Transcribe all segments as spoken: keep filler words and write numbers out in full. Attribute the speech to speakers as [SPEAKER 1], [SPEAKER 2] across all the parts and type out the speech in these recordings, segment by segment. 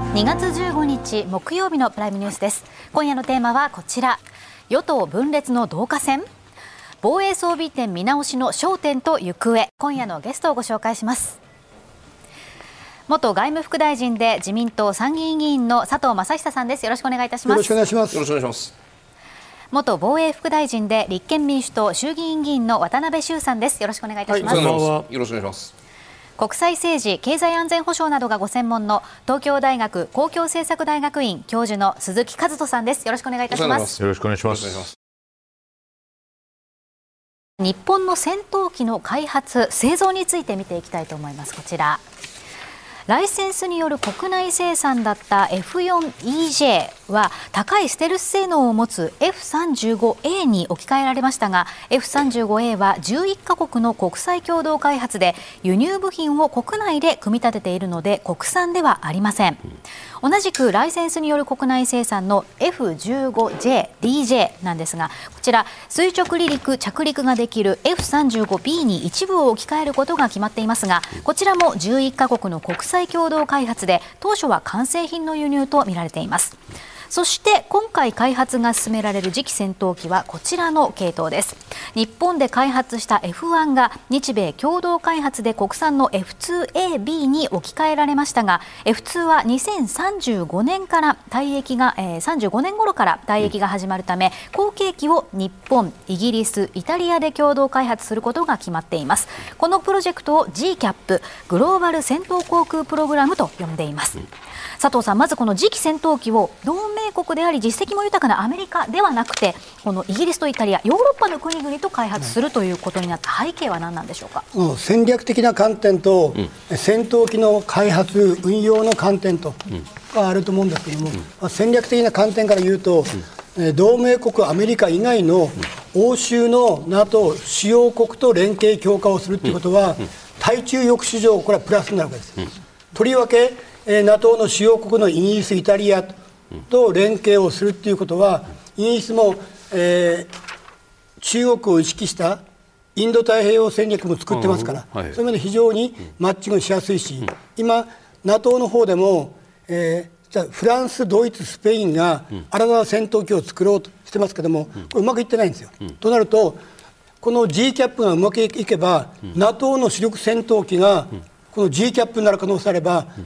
[SPEAKER 1] にがつじゅうごにち木曜日のプライムニュースです。今夜のテーマはこちら。与党分裂の導火線、防衛装備点見直しの焦点と行方。今夜のゲストをご紹介します。元外務副大臣で自民党参議院議員の佐藤正久さんです。よろしくお願いいたします。
[SPEAKER 2] よろしくお願いします。
[SPEAKER 3] よろしくお願いします。
[SPEAKER 1] 元防衛副大臣で立憲民主党衆議院議員の渡辺修さんです。よろしくお願いいたします。
[SPEAKER 3] はい、よろしくお願いします。
[SPEAKER 1] 国際政治経済安全保障などがご専門の東京大学公共政策大学院教授の鈴木和人さんです。よろしくお願いいたします。
[SPEAKER 2] よろしくお願いします。
[SPEAKER 1] 日本の戦闘機の開発製造について見ていきたいと思います。こちら、ライセンスによる国内生産だった エフよんイージェー は高いステルス性能を持つ エフさんじゅうごエー に置き換えられましたが、 エフさんじゅうごエー はじゅういっかこくの国際共同開発で輸入部品を国内で組み立てているので国産ではありません。同じくライセンスによる国内生産の エフじゅうごジェーディージェー なんですが、こちら垂直離陸着陸ができる エフさんじゅうごビー に一部を置き換えることが決まっていますが、こちらもじゅういっかこくの国際共同開発で当初は完成品の輸入とみられています。そして今回開発が進められる次期戦闘機はこちらの系統です。日本で開発した エフワン が日米共同開発で国産の エフツーエービー に置き換えられましたが、 エフツー はにせんさんじゅうごねんから退役が、えー、さんじゅうごねん頃から退役が始まるため、後継機を日本、イギリス、イタリアで共同開発することが決まっています。このプロジェクトを ジーキャップ グローバル戦闘航空プログラムと呼んでいます。佐藤さん、まずこの次期戦闘機を同盟国であり実績も豊かなアメリカではなくて、このイギリスとイタリア、ヨーロッパの国々と開発するということになった背景は何なんでしょうか。
[SPEAKER 2] うん、戦略的な観点と、うん、戦闘機の開発運用の観点と、うん、があると思うんですけども、うんまあ、戦略的な観点から言うと、うん、同盟国アメリカ以外の欧州の NATO 主要国と連携強化をするということは、うん、対中抑止上これはプラスになるわけです、うん、とりわけえー、NATO の主要国のイギリス、イタリアと連携をするということは、イギリスも、えー、中国を意識したインド太平洋戦略も作ってますから、うんはい、そういう意味で非常にマッチングしやすいし、うん、今、NATO の方でも、えー、フランス、ドイツ、スペインが新たな戦闘機を作ろうとしてますけども、これうまくいってないんですよ。うん、となると、この ジーキャップ がうまくいけば、うん、NATO の主力戦闘機がこの ジーキャップ になる可能性があれば、うん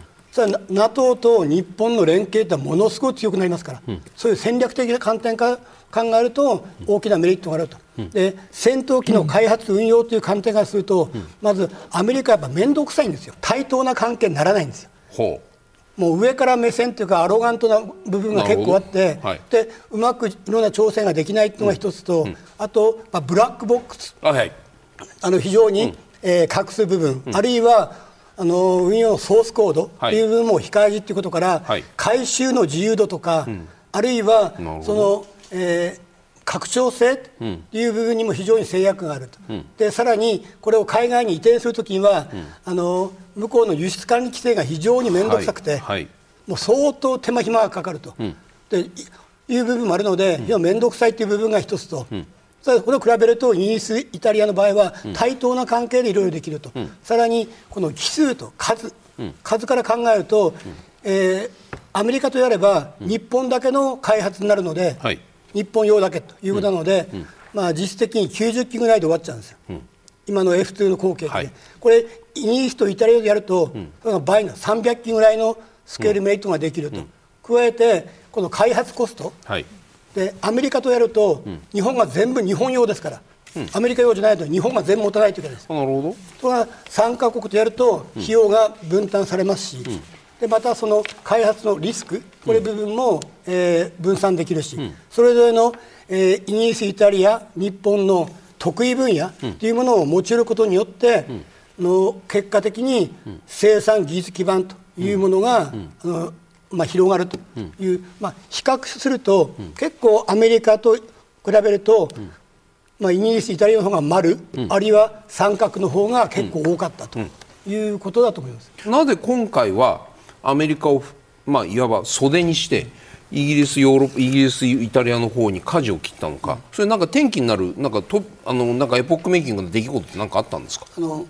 [SPEAKER 2] NATO と日本の連携ってものすごく強くなりますから、うん、そういう戦略的な観点から考えると大きなメリットがあると、うん、で戦闘機の開発運用という観点からすると、うん、まずアメリカはやっぱ面倒くさいんですよ。対等な関係にならないんですよ。ほうもう上から目線というかアロガントな部分が結構あって、はい、でうまくいろんな調整ができないというのが一つと、うん、あと、まあ、ブラックボックス、あ、はい、あの非常に、うんえー、隠す部分、うん、あるいはあの運用のソースコードという部分も控え字ということから、はい、回収の自由度とか、うん、あるいはその、えー、拡張性という部分にも非常に制約があると、うん、でさらにこれを海外に移転するときには、うん、あの向こうの輸出管理規制が非常に面倒くさくて、はいはい、もう相当手間暇がかかると、うん、でいう部分もあるので、うん、面倒くさいという部分が一つと、うんこれを比べるとイギリス、イタリアの場合は対等な関係でいろいろできると、うん、さらにこの機数と数、うん、数から考えると、うんえー、アメリカとやれば日本だけの開発になるので、うん、日本用だけということなので、うんまあ、実質的にきゅうじゅっきぐらいで終わっちゃうんですよ、うん、今の エフツー の後継機で、はい、これイギリスとイタリアでやると、うん、倍のさんびゃっきぐらいのスケールメリットができると、うん、加えてこの開発コスト、はいでアメリカとやると、うん、日本が全部日本用ですから、うん、アメリカ用じゃないと日本が全部持たないというわけです。なるほど。それはさんカ国とやると費用が分担されますし、うん、でまたその開発のリスクこれ部分も、うんえー、分散できるし、うん、それぞれの、えー、イギリス、イタリア、日本の得意分野というものを持ち得ることによって、うん、の結果的に生産技術基盤というものが、うんうんあのまあ、広がるという、うんまあ、比較すると、うん、結構アメリカと比べると、うんまあ、イギリス、イタリアの方が丸、うん、あるいは三角の方が結構多かったということだと思います。
[SPEAKER 3] なぜ今回はアメリカを、まあ、いわば袖にしてイギリス、ヨーロッパ、イギリス、イタリアの方に舵を切ったのか、うん、それなんか転機になるなんかとあのなんかエポックメイキングの出来事って何かあったんですか。
[SPEAKER 2] あの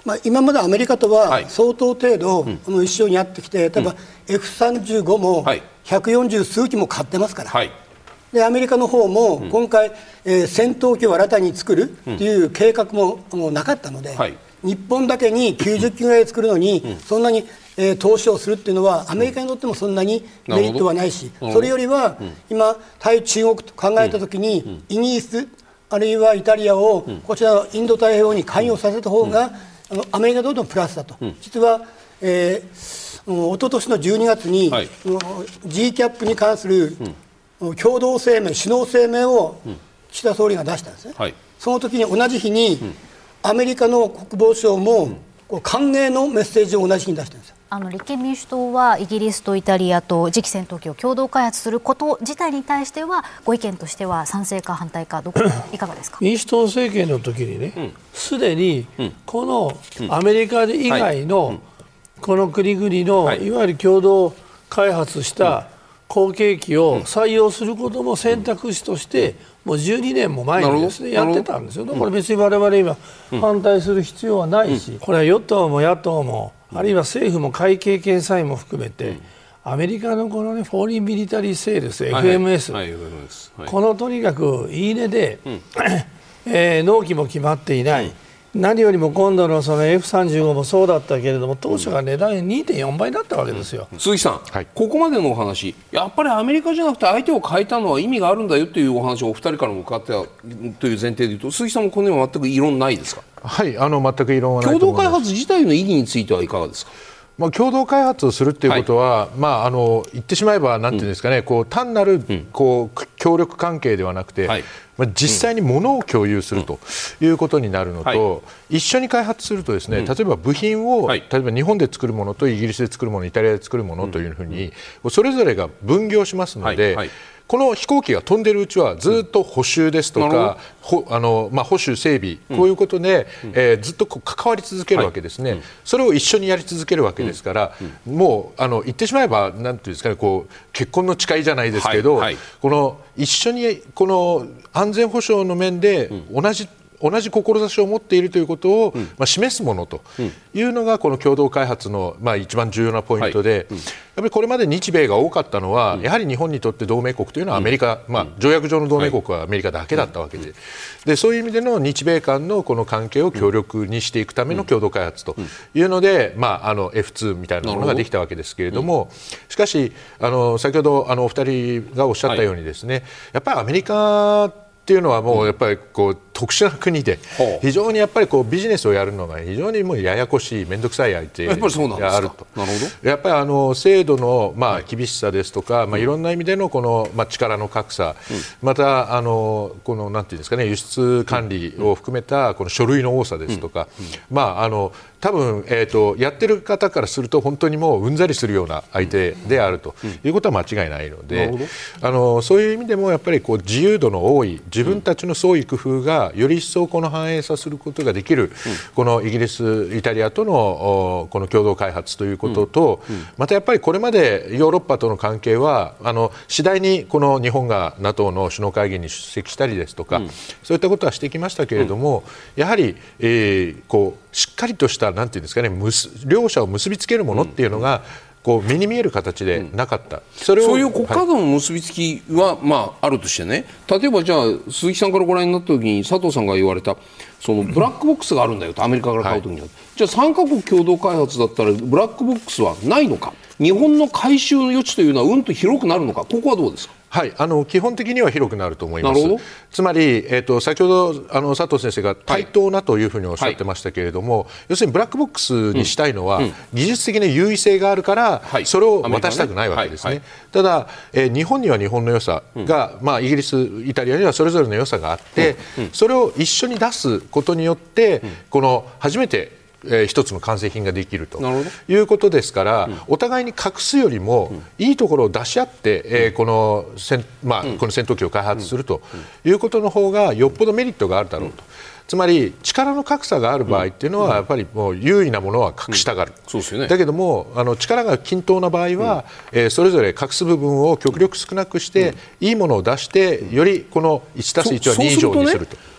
[SPEAKER 2] まあ、今までアメリカと
[SPEAKER 3] は
[SPEAKER 2] はい相当程度、うん、一緒にやってきて、例えば エフさんじゅうご もひゃくよんじゅう数機も買ってますから、はい、でアメリカの方も今回、うんえー、戦闘機を新たに作るという計画も、もうなかったので、はい、日本だけにきゅうじゅっきぐらい作るのに、うん、そんなに、えー、投資をするっていうのはアメリカにとってもそんなにメリットはないし、それよりは、うん、今対中国と考えたときに、うん、イギリスあるいはイタリアを、うん、こちらのインド太平洋に関与させた方が、うんあのアメリカにとってもプラスだと、うん、実は、えー、一昨年のじゅうにがつに、はい、ジーキャップ に関する、うん、共同声明、首脳声明を岸田総理が出したんですね、はい、その時に同じ日に、うん、アメリカの国防省も、うん、こう歓迎のメッセージを同じ日に出したんですよ。
[SPEAKER 1] あの立憲民主党はイギリスとイタリアと次期戦闘機を共同開発すること自体に対してはご意見としては賛成か反対かどこいかがですか。
[SPEAKER 4] 民主党政権の時にね、すで、うん、にこのアメリカ以外のこの国々のいわゆる共同開発した後継機を採用することも選択肢としてもうじゅうにねんも前にですねやってたんですよ。だから別に我々今反対する必要はないし、これは与党も野党もあるいは政府も会計検査院も含めて、うん、アメリカのこの、ね、フォーリンミリタリーセールス、エフエムエス、はいはいはい、このとにかくいいねで、うんえー、納期も決まっていない、うん、何よりも今度のその エフさんじゅうご もそうだったけれども当初が値段 にてんよんばいだったわけですよ、
[SPEAKER 3] うん、鈴木さん、はい、ここまでのお話やっぱりアメリカじゃなくて相手を変えたのは意味があるんだよというお話をお二人からも伺ってたという前提でいうと鈴木さんもこの辺は全く異論ないですか。
[SPEAKER 5] はい、あの全く異論はないと
[SPEAKER 3] 思います。共同開発自体の意義についてはいかがですか。
[SPEAKER 5] まあ、共同開発をするということは、はいまあ、あの言ってしまえばなんていうんですかね、うん、こう単なるこう協力関係ではなくて、はいまあ、実際に物を共有するということになるのと、うんはい、一緒に開発するとですね、うん、例えば部品を、はい、例えば日本で作るものとイギリスで作るものイタリアで作るものというふうに、うん、それぞれが分業しますので、はいはいこの飛行機が飛んでいるうちはずっと補修ですとか、うん、あのまあ、保守整備、うん、こういうことで、うんえー、ずっとこう関わり続けるわけですね、はいうん、それを一緒にやり続けるわけですから、うん、もうあの言ってしまえばなんていうんですかね、こう結婚の誓いじゃないですけど、はいはい、この一緒にこの安全保障の面で同じ、うん同じ志を持っているということを、うんまあ、示すものというのがこの共同開発の、まあ、一番重要なポイントで、はいうん、やっぱりこれまで日米が多かったのは、うん、やはり日本にとって同盟国というのはアメリカ、うんまあ、条約上の同盟国はアメリカだけだったわけで、はい、でそういう意味での日米間のこの関係を強力にしていくための共同開発というので、まあ、あの エフツー みたいなものができたわけですけれども、しかしあの先ほどあのお二人がおっしゃったようにですね、はい、やっぱりアメリカっていうのはもうやっぱりこう特殊な国で非常にやっぱりこうビジネスをやるのが非常にもうややこしい面倒くさい相手があると。
[SPEAKER 3] なるほど。
[SPEAKER 5] やっぱりあの制度のまあ厳しさですとか、まあいろんな意味でのこのまあ力の格差、またあのこのなんていうんですかね、輸出管理を含めたこの書類の多さですとか、まああの多分えっとやってる方からすると本当にもううんざりするような相手であるということは間違いないので、あのそういう意味でもやっぱりこう自由度の多い自分たちの創意工夫がより一層この反映させることができる、うん、このイギリス、イタリアとのこの共同開発ということと、うんうん、またやっぱりこれまでヨーロッパとの関係はあの次第にこの日本が ナトー の首脳会議に出席したりですとか、うん、そういったことはしてきましたけれども、うん、やはり、えー、こうしっかりとしたなんていうんですかね、両者を結びつけるものっていうのが、うんこう目に見える形でなかった、うん、それを
[SPEAKER 3] そういう国家間の結びつきは、まあ、あるとしてね、例えばじゃあ鈴木さんからご覧になった時に佐藤さんが言われたそのブラックボックスがあるんだよとアメリカから買う時には、はい、じゃあさんカ国共同開発だったらブラックボックスはないのか、日本の回収の余地というのはうんと広くなるのか、ここはどうですか。
[SPEAKER 5] はい、あの基本的には広くなると思います。つまり、えー、と先ほどあの佐藤先生が対等なというふうにおっしゃってましたけれども、はい、要するにブラックボックスにしたいのは、うんうん、技術的な優位性があるから、はい、それを渡したくないわけですね。はいはい、ただ、えー、日本には日本の良さが、うんまあ、イギリス、イタリアにはそれぞれの良さがあって、うんうん、それを一緒に出すことによって、うん、この初めてえー、一つの完成品ができるということですから、うん、お互いに隠すよりも、うん、いいところを出し合って、えー、この戦、まあうん、この戦闘機を開発するということの方がよっぽどメリットがあるだろうと、うん、つまり力の格差がある場合っていうのはやっぱりもう優位なものは隠したがる、うんそうですよね、だけどもあの力が均等な場合は、うんえー、それぞれ隠す部分を極力少なくして、うん、いいものを出してよりこのいちたすいちはに以上にすると。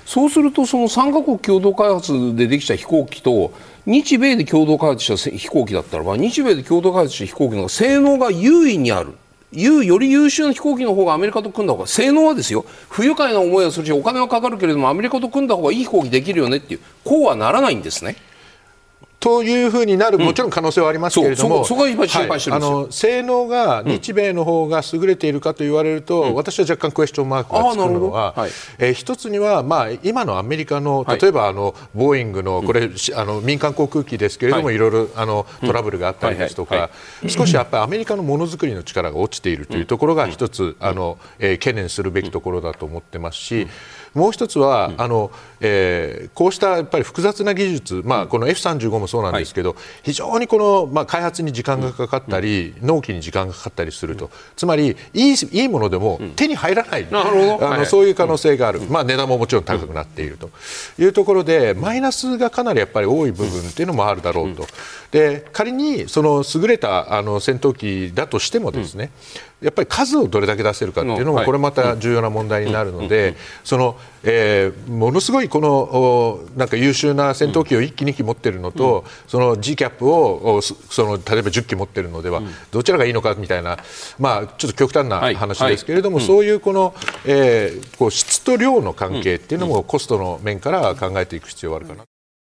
[SPEAKER 3] そうするとそのさんカ国共同開発でできた飛行機と日米で共同開発した飛行機だったらば、日米で共同開発した飛行機の方が性能が優位にある、より優秀な飛行機の方がアメリカと組んだ方が、性能はですよ、不愉快な思いはするしお金はかかるけれどもアメリカと組んだ方がいい飛行機できるよねっていう、こうはならないんですね。
[SPEAKER 5] というふうになる、もちろん可能性はありますけれども、
[SPEAKER 3] そこが今心配してるんですよ。
[SPEAKER 5] はい、あの性能が日米の方が優れているかと言われると、うん、私は若干クエスチョンマークがつくのは、はい、えー、一つには、まあ、今のアメリカの例えば、はい、あのボーイングのこれ、うん、あの民間航空機ですけれども、はい、いろいろあのトラブルがあったりですとか、少しやっぱりアメリカのものづくりの力が落ちているというところが一つ、うん、あのえー、懸念するべきところだと思ってますし、うん、もう一つは、うん、あのえー、こうしたやっぱり複雑な技術、まあ、この エフさんじゅうご もそうなんですけど、はい、非常にこの、まあ、開発に時間がかかったり、うん、納期に時間がかかったりすると、つまりいい、いいものでも手に入らない、うん、あの、はい、そういう可能性がある、まあ、値段ももちろん高くなっているというところで、マイナスがかなりやっぱり多い部分というのもあるだろうと。で、仮にその優れたあの戦闘機だとしてもですね、やっぱり数をどれだけ出せるかっていうのも、これまた重要な問題になるので、そのえー、ものすごいこのなんか優秀な戦闘機をいっきにき持っているのと、その ジーキャップ をその例えばじゅっき持っているのではどちらがいいのかみたいな、まあ、ちょっと極端な話ですけれども、そういうこの、えー、こう質と量の関係っていうのもコストの面から考えていく必要があるかな。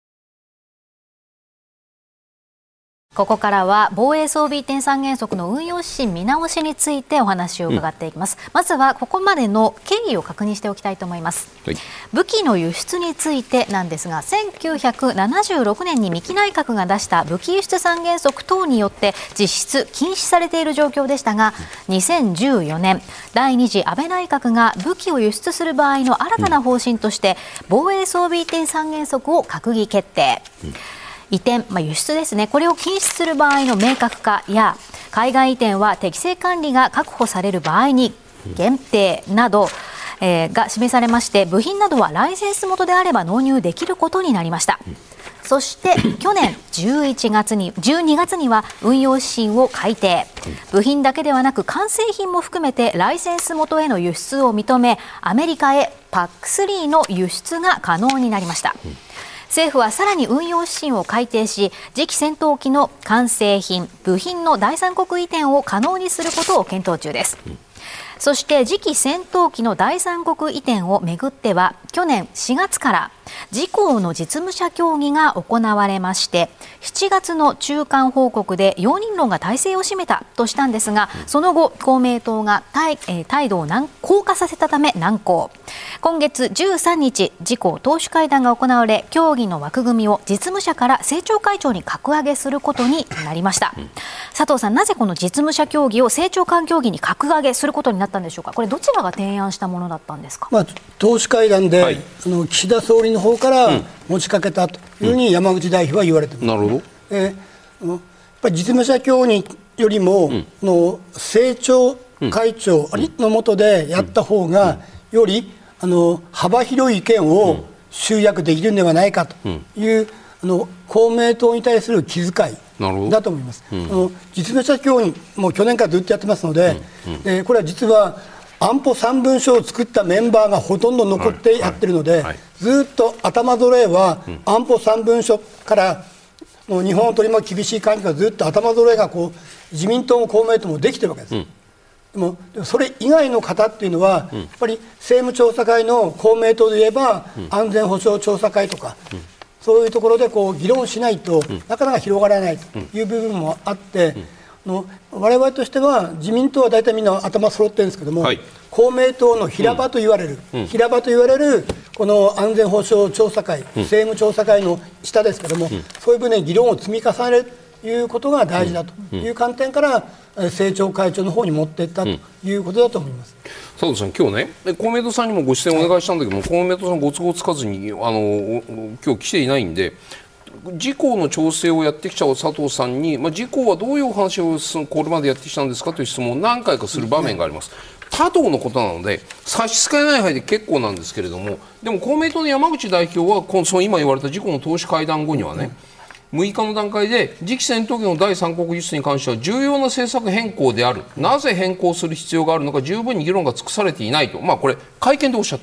[SPEAKER 1] ここからは防衛装備移転三原則の運用指針見直しについてお話を伺っていきます、うん、まずはここまでの経緯を確認しておきたいと思います、はい、武器の輸出についてなんですが、せんきゅうひゃくななじゅうろくねんに三木内閣が出した武器輸出三原則等によって実質禁止されている状況でしたが、にせんじゅうよねんだいに次安倍内閣が武器を輸出する場合の新たな方針として防衛装備移転三原則を閣議決定、うん、移転、まあ、輸出ですね、これを禁止する場合の明確化や、海外移転は適正管理が確保される場合に限定など、えー、が示されまして、部品などはライセンス元であれば納入できることになりました。そして去年じゅういちがつにじゅうにがつには運用指針を改定、部品だけではなく完成品も含めてライセンス元への輸出を認め、アメリカへ パックスリー の輸出が可能になりました。政府はさらに運用指針を改定し、次期戦闘機の完成品、部品の第三国移転を可能にすることを検討中です。そして次期戦闘機の第三国移転をめぐっては、去年しがつから自公の実務者協議が行われまして、しちがつの中間報告で容認論が大勢を占めたとしたんですが、その後公明党が態、えー、態度を軟硬化させたため難航。今月じゅうさんにち、自公党首会談が行われ、協議の枠組みを実務者から政調会長に格上げすることになりました。佐藤さん、なぜこの実務者協議を政調間協議に格上げすることになったんでしょうか。これどちらが提案したものだったんですか。
[SPEAKER 2] まあ、党首会談で、はい、あの岸田総理の方から持ちかけたというふうに山口代表は言われています、うん、なるほど。えー、やっぱり実務者協議よりも、うん、の政調会長の下でやった方が、うん、よりあの幅広い意見を集約できるのではないかという、うん、あの公明党に対する気遣いだと思います、うん、あの実務者協議も去年からずっとやってますので、うんうん、でこれは実は安保三文書を作ったメンバーがほとんど残ってやってるので、はいはいはい、ずっと頭揃えは安保三文書からもう日本を取り巻く厳しい環境がずっと頭揃えがこう自民党も公明党もできてるわけです、うん、でもそれ以外の方っていうのは、うん、やっぱり政務調査会の公明党で言えば、うん、安全保障調査会とか、うん、そういうところでこう議論しないと、うん、なかなか広がらないという部分もあって、うん、の我々としては自民党は大体みんな頭揃ってるんですけども、はい、公明党の平場と言われる、うん、平場と言われるこの安全保障調査会、うん、政務調査会の下ですけども、うん、そういう部分で議論を積み重ねるということが大事だという観点から、うん、政調会長の方に持っていったということだと思います。
[SPEAKER 3] 佐藤さん、今日ね、公明党さんにもご出演お願いしたんだけども、はい、公明党さんご都合つかずにあの今日来ていないんで、自公の調整をやってきた佐藤さんに、まあ、自公はどういうお話をこれまでやってきたんですかという質問を何回かする場面があります。他党のことなので差し支えない範囲で結構なんですけれども、でも公明党の山口代表はこのその今言われた自公の党首会談後にはね、むいかの段階で次期戦闘機の第三国輸出に関しては重要な政策変更である、なぜ変更する必要があるのか十分に議論が尽くされていないと、まあ、これ会見でおっしゃってる。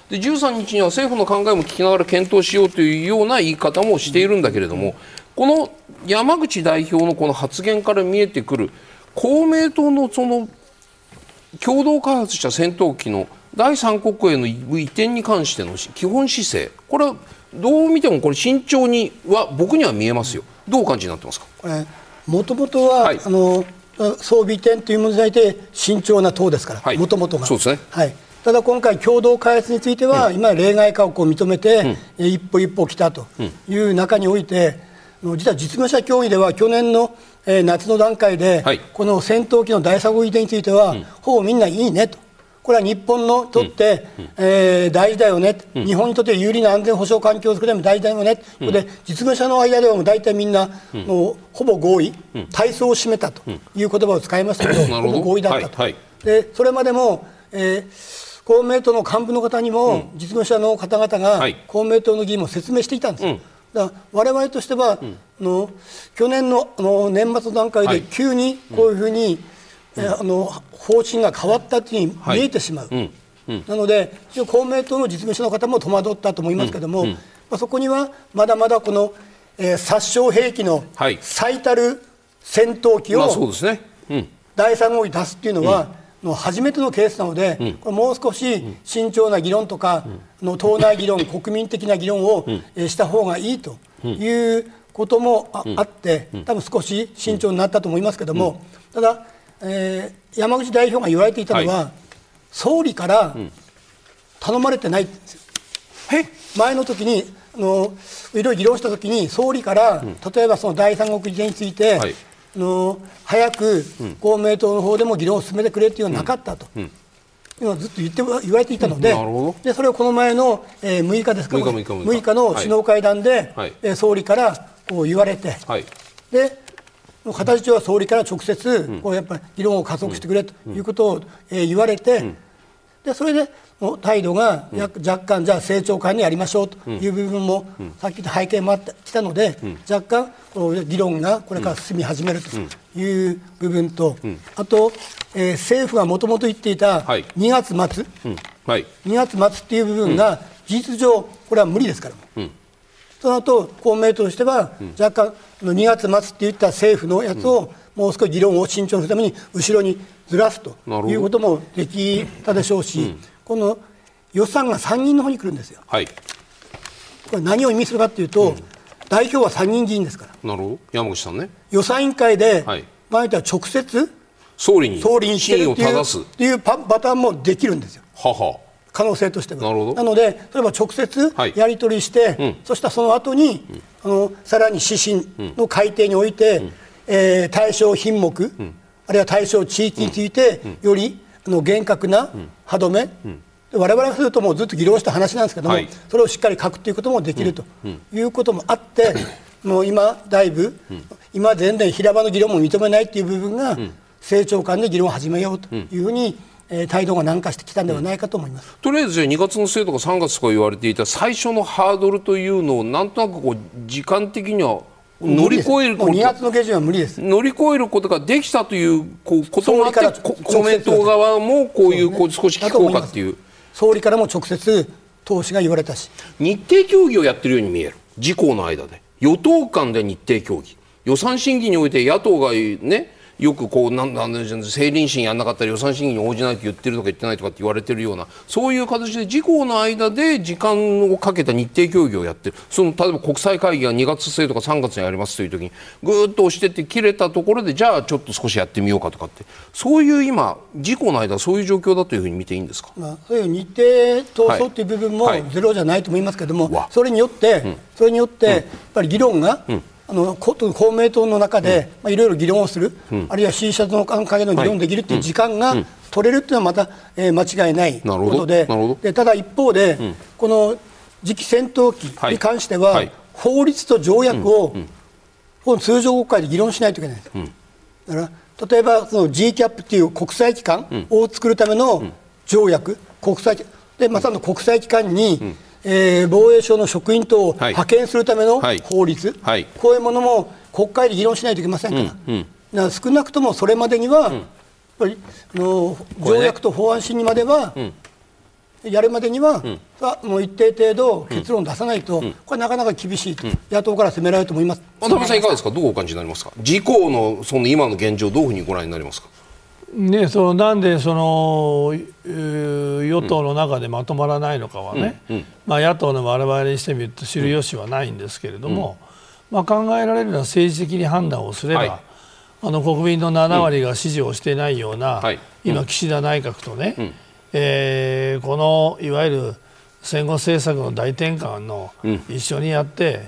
[SPEAKER 3] でじゅうさんにちには政府の考えも聞きながら検討しようというような言い方もしているんだけれども、この山口代表のこの発言から見えてくる公明党のその共同開発した戦闘機の第三国への移転に関しての基本姿勢、これはどう見てもこれ慎重には僕には見えますよ。どうお感じになってますか。
[SPEAKER 2] これもともとは、はい、あの装備移転という問題で慎重な党ですから、もともとが。
[SPEAKER 3] そうですね、
[SPEAKER 2] はい、ただ今回共同開発については、うん、今例外化をこう認めて、うん、一歩一歩来たという中において、うん、実は実務者協議では去年の、えー、夏の段階で、はい、この戦闘機の第三国移転については、うん、ほぼみんないいねと。これは日本のとって、うんえー、大事だよね、うん、日本にとって有利な安全保障環境を作るために大事だよね、うん、これで実務者の間ではもう大体みんな、うん、もうほぼ合意、うん、大層を占めたという言葉を使いましたけど、うん、ほぼ合意だったと、はいはい、でそれまでも、えー、公明党の幹部の方にも、うん、実務者の方々が、はい、公明党の議員も説明していたんですよ、うん、だから我々としては、うん、の去年 の, あの年末の段階で急にこういうふうに、うんえー、あの方針が変わったというふうに見えてしまう、はいうんうん、なので公明党の実務者の方も戸惑ったと思いますけれども、うんうんまあ、そこにはまだまだこの、えー、殺傷兵器の最たる戦闘機を、
[SPEAKER 3] まあそうですねうん、
[SPEAKER 2] 第三国に出すというのは、うん、の初めてのケースなので、うん、これもう少し慎重な議論とか、うん、の党内議論国民的な議論を、うんえー、した方がいいということも あ,、うん、あって多分少し慎重になったと思いますけれども、うん、ただえー、山口代表が言われていたのは、はい、総理から頼まれてないんですよ、うん、前の時にあのいろいろ議論した時に総理から、うん、例えばその第三国移転について、はい、あの早く公明党の方でも議論を進めてくれというのはなかったと、うんうんいうのをずっと言って言われていたので、うん、でそれをこの前の、えー、むいかですかむいかむいかの首脳会談で、はいえー、総理からこう言われて、はい、で形は総理から直接こうやっぱり議論を加速してくれということを言われて、でそれで態度が若干じゃあ政調会にやりましょうという部分もさっき言った背景もあってきたので、若干こう議論がこれから進み始めるという部分と、あとえ政府がもともと言っていたにがつまつ、にがつまつっていう部分が事実上これは無理ですから。その後公明党としては若干にがつまつっていった政府のやつをもう少し議論を慎重にするために後ろにずらすということもできたでしょうし、この予算が参議院の方に来るんですよ、はい、これ何を意味するかというと、うん、代表は参議院議員ですから。
[SPEAKER 3] なるほど山口さんね。
[SPEAKER 2] 予算委員会で、はい、場合によっては直接
[SPEAKER 3] 総理に
[SPEAKER 2] 総理にしてるっていうっていうパターンもできるんですよ。
[SPEAKER 3] はは
[SPEAKER 2] 可能性としては。
[SPEAKER 3] なるほど。
[SPEAKER 2] なので例えば直接やり取りして、はいうん、そしたらその後に、うん、あのさらに指針の改定において、うんえー、対象品目、うん、あるいは対象地域について、うん、よりあの厳格な歯止め、うんうん、我々がするともうずっと議論した話なんですけども、はい、それをしっかり書くということもできるということもあって、うん、もう今だいぶ、うん、今全然平場の議論も認めないという部分が、うん、政調間で議論を始めようというふうに、えー、態度が軟化してきたんではないかと思います、
[SPEAKER 3] うん、とりあえずじゃあにがつの末とかさんがつとか言われていた最初のハードルというのをなんとなくこう時間的には乗り越えること、
[SPEAKER 2] にがつの下旬は無理です。
[SPEAKER 3] 乗り越えることができたというこうこともあって公明党側もこういう、こう少し聞こうかっていう、
[SPEAKER 2] 総理からも直接党首が言われたし、
[SPEAKER 3] 日程協議をやってるように見える。自公の間で与党間で日程協議、予算審議において野党がねよくこうなんなん政倫審やんなかったら予算審議に応じないと言ってるとか言ってないとかって言われてるような、そういう形で自公の間で時間をかけた日程協議をやってる。その例えば国際会議がにがつ末とかさんがつにありますという時にぐーっと押してって切れたところでじゃあちょっと少しやってみようかとかって、そういう今自公の間そういう状況だというふうに見ていいんですか。
[SPEAKER 2] まあ、そういう日程闘争という部分もゼロじゃないと思いますけれども、はいはい、それによって、うん、それによってやっぱり議論が、うんあの公明党の中でいろいろ議論をする、うん、あるいは支持者との関係の議論できるという時間が取れるというのはまた、えー、間違いないこと で, でただ一方で、うん、この次期戦闘機に関しては、はい、法律と条約を、うん、通常国会で議論しないといけないんです、うん、だから例えばその ジーキャップ という国際機関を作るための条約、国際でまたの国際機関に、うんえー、防衛省の職員等を派遣するための法律、はいはい、こういうものも国会で議論しないといけませんから、うんうん、だから少なくともそれまでには、うん、やっぱりの条約と法案審議までは、ね、 やるまでには、うん、もう一定程度結論を出さないと、うん、これなかなか厳しいと、うん、野党から責められると思います。
[SPEAKER 3] 渡辺さんいかがですか、どうお感じになりますか。自公のその今の現状どういうふうにご覧になりますか。
[SPEAKER 4] ね、そのなんでその与党の中でまとまらないのかはね、うんうん、まあ、野党の我々にしてみると知る由はないんですけれども、うん、まあ、考えられるのは政治的に判断をすれば、はい、あの国民のななわりが支持をしていないような、うん、はい、今、岸田内閣とね、うん、えー、このいわゆる戦後政策の大転換の一緒にやって、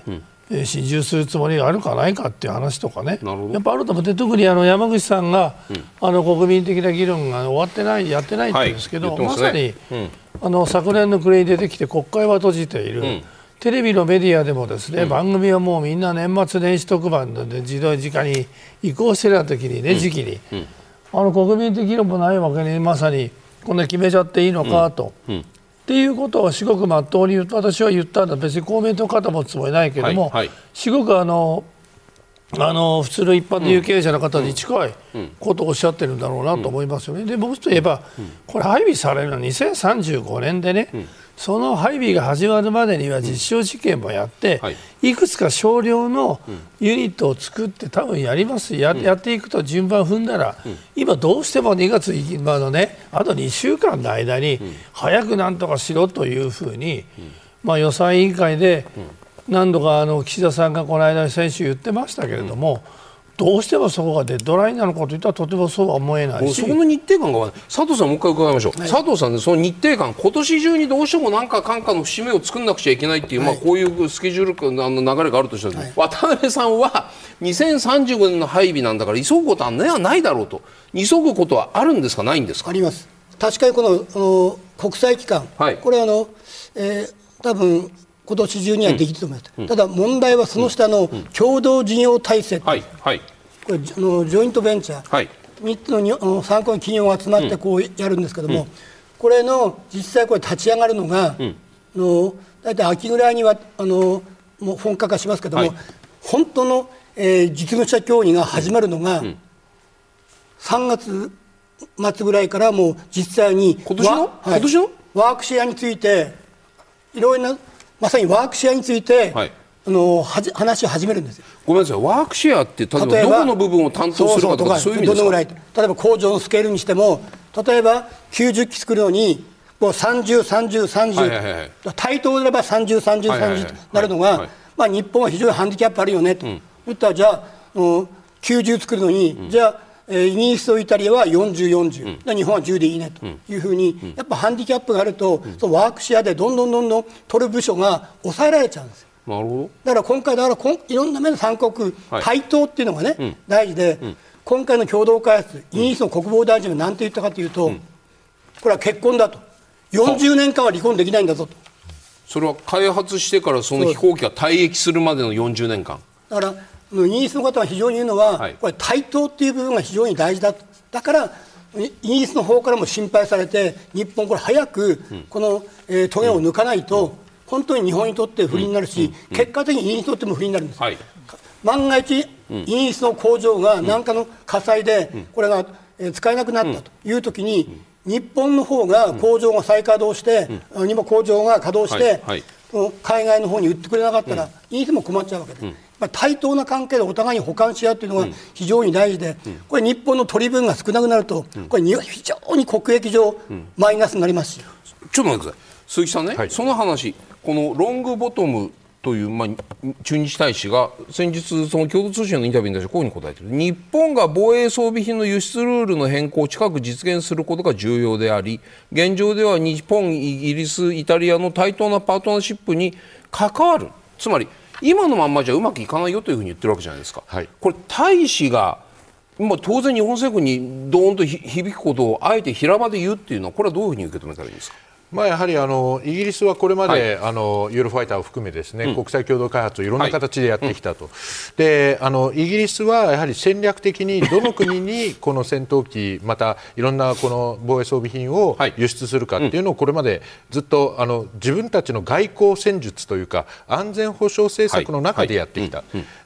[SPEAKER 4] うん、心中するつもりがあるかないかっていう話とかね、やっぱあると思って、特にあの山口さんが、うん、あの国民的な議論が終わってない、やってないって言うんですけど、はい、まさに、うん、あの昨年の暮れに出てきて国会は閉じている、うん、テレビのメディアでもですね、うん、番組はもうみんな年末年始特番で自動時間に移行してた時にね、時期に、うんうん、あの国民的議論もないわけにまさにこんな決めちゃっていいのかと。うんうん、っていうことを至極まっとうに私は言ったんだ。別に公明党肩持つつもりないけれども、はいはい、至極あのあの普通の一般の有権者の方に近いことをおっしゃってるんだろうなと思いますよね。でもう一つ言えば、これ配備されるのはにせんさんじゅうごねんでね、その配備が始まるまでには実証実験もやって、いくつか少量のユニットを作って多分やります。 や, やっていくと順番踏んだら、今どうしてもにがつまのね、あとにしゅうかんの間に早くなんとかしろというふうに、まあ、予算委員会で何度かあの岸田さんがこの間先週言ってましたけれども、どうしてもそこがデッドラインなのかといったらとてもそうは思えないし、
[SPEAKER 3] そこの日程感が佐藤さんもう一回伺いましょう、はい、佐藤さん、ね、その日程感、今年中にどうしても何かかんかの節目を作んなくちゃいけないっていう、はい、まあ、こういうスケジュールあの流れがあるとしたら、はい、渡辺さんはにせんさんじゅうごねんの配備なんだから急ぐことはないだろうと。急ぐことはあるんですか、ないんですか。
[SPEAKER 2] あります。確かにこの、あの国際機関、はい、これはあの、えー、多分今年中にはできると思います、うん、ただ問題はその下の共同事業体制、うん、はいはい、これあのジョイントベンチャー、はい、みっつのに参考の企業が集まってこうやるんですけども、うん、これの実際これ立ち上がるのが、うん、の大体秋ぐらいにはあのもう本格化しますけども、はい、本当の、えー、実務者協議が始まるのが、うん、さんがつまつぐらいからもう実際に
[SPEAKER 3] 今年の、はい、今年の
[SPEAKER 2] ワークシェアについていろいろなまさにワークシェアについて、はい、あのはじ話を始めるんですよ。
[SPEAKER 3] ごめんなさい、ワークシェアって例えばどこの部分を担当するかとかそういう意味ですか。どのぐらい、
[SPEAKER 2] 例えば工場のスケールにしても、例えばきゅうじゅっき作るのにもうさんじゅう、さんじゅう、さんじゅう、はいはいはい、対等であればさんじゅう、さんじゅう、さんじゅうとなるのが、はいはいはい、まあ、日本は非常にハンディキャップあるよねと、うん、言ったらじゃあきゅうじゅう作るのに、うん、じゃあイギリスとイタリアはよんじゅう、よんじゅう、うん、日本はじゅうでいいねというふうに、うん、やっぱハンディキャップがあると、うん、そのワークシェアでどんどんどんどん取る部署が抑えられちゃうんですよ。
[SPEAKER 3] なるほど。
[SPEAKER 2] だから今回だからいろんな面の三国、はい、対等っていうのがね、うん、大事で、うん、今回の共同開発、イギリスの国防大臣が何て言ったかというと、うん、これは結婚だと、よんじゅうねんかんは離婚できないんだぞと。
[SPEAKER 3] それは開発してからその飛行機が退役するまでのよんじゅうねんかん。
[SPEAKER 2] だからイギリスの方は非常に言うのは、はい、これ対等っていう部分が非常に大事だと。だからイギリスの方からも心配されて、日本これ早くこの、えー、トゲを抜かないと、うん、本当に日本にとって不利になるし、うんうん、結果的にイギリスにとっても不利になるんです、はい、万が一、うん、イギリスの工場が何かの火災でこれが、えー、使えなくなったというときに、うん、日本の方が工場が再稼働して、うん、日本工場が稼働して、はいはい、海外の方に売ってくれなかったら、うん、イギリスも困っちゃうわけで、うん、対等な関係でお互いに補完し合うというのが非常に大事で、うん、これ日本の取り分が少なくなると、うん、これ非常に国益上、うん、マイナスになりますし。
[SPEAKER 3] ちょっと待ってください、鈴木さんね、はい、その話、このロングボトムという、まあ、駐日大使が先日その共同通信のインタビューに対してこういうふうに答えている。日本が防衛装備品の輸出ルールの変更を近く実現することが重要であり、現状では日本、イギリス、イタリアの対等なパートナーシップに関わる、つまり今のまんまじゃうまくいかないよというふうに言ってるわけじゃないですか、はい、これ大使が、まあ、当然日本政府にドーンと響くことをあえて平場で言うっていうのは、これはどういうふうに受け止めたらいいんですか。
[SPEAKER 5] まあ、やはりあのイギリスはこれまで、はい、あのユーロファイターを含めですね、うん、国際共同開発をいろんな形でやってきたと、はい、であのイギリスはやはり戦略的にどの国にこの戦闘機またいろんなこの防衛装備品を輸出するかっていうのをこれまでずっとあの自分たちの外交戦術というか安全保障政策の中でやってきた、で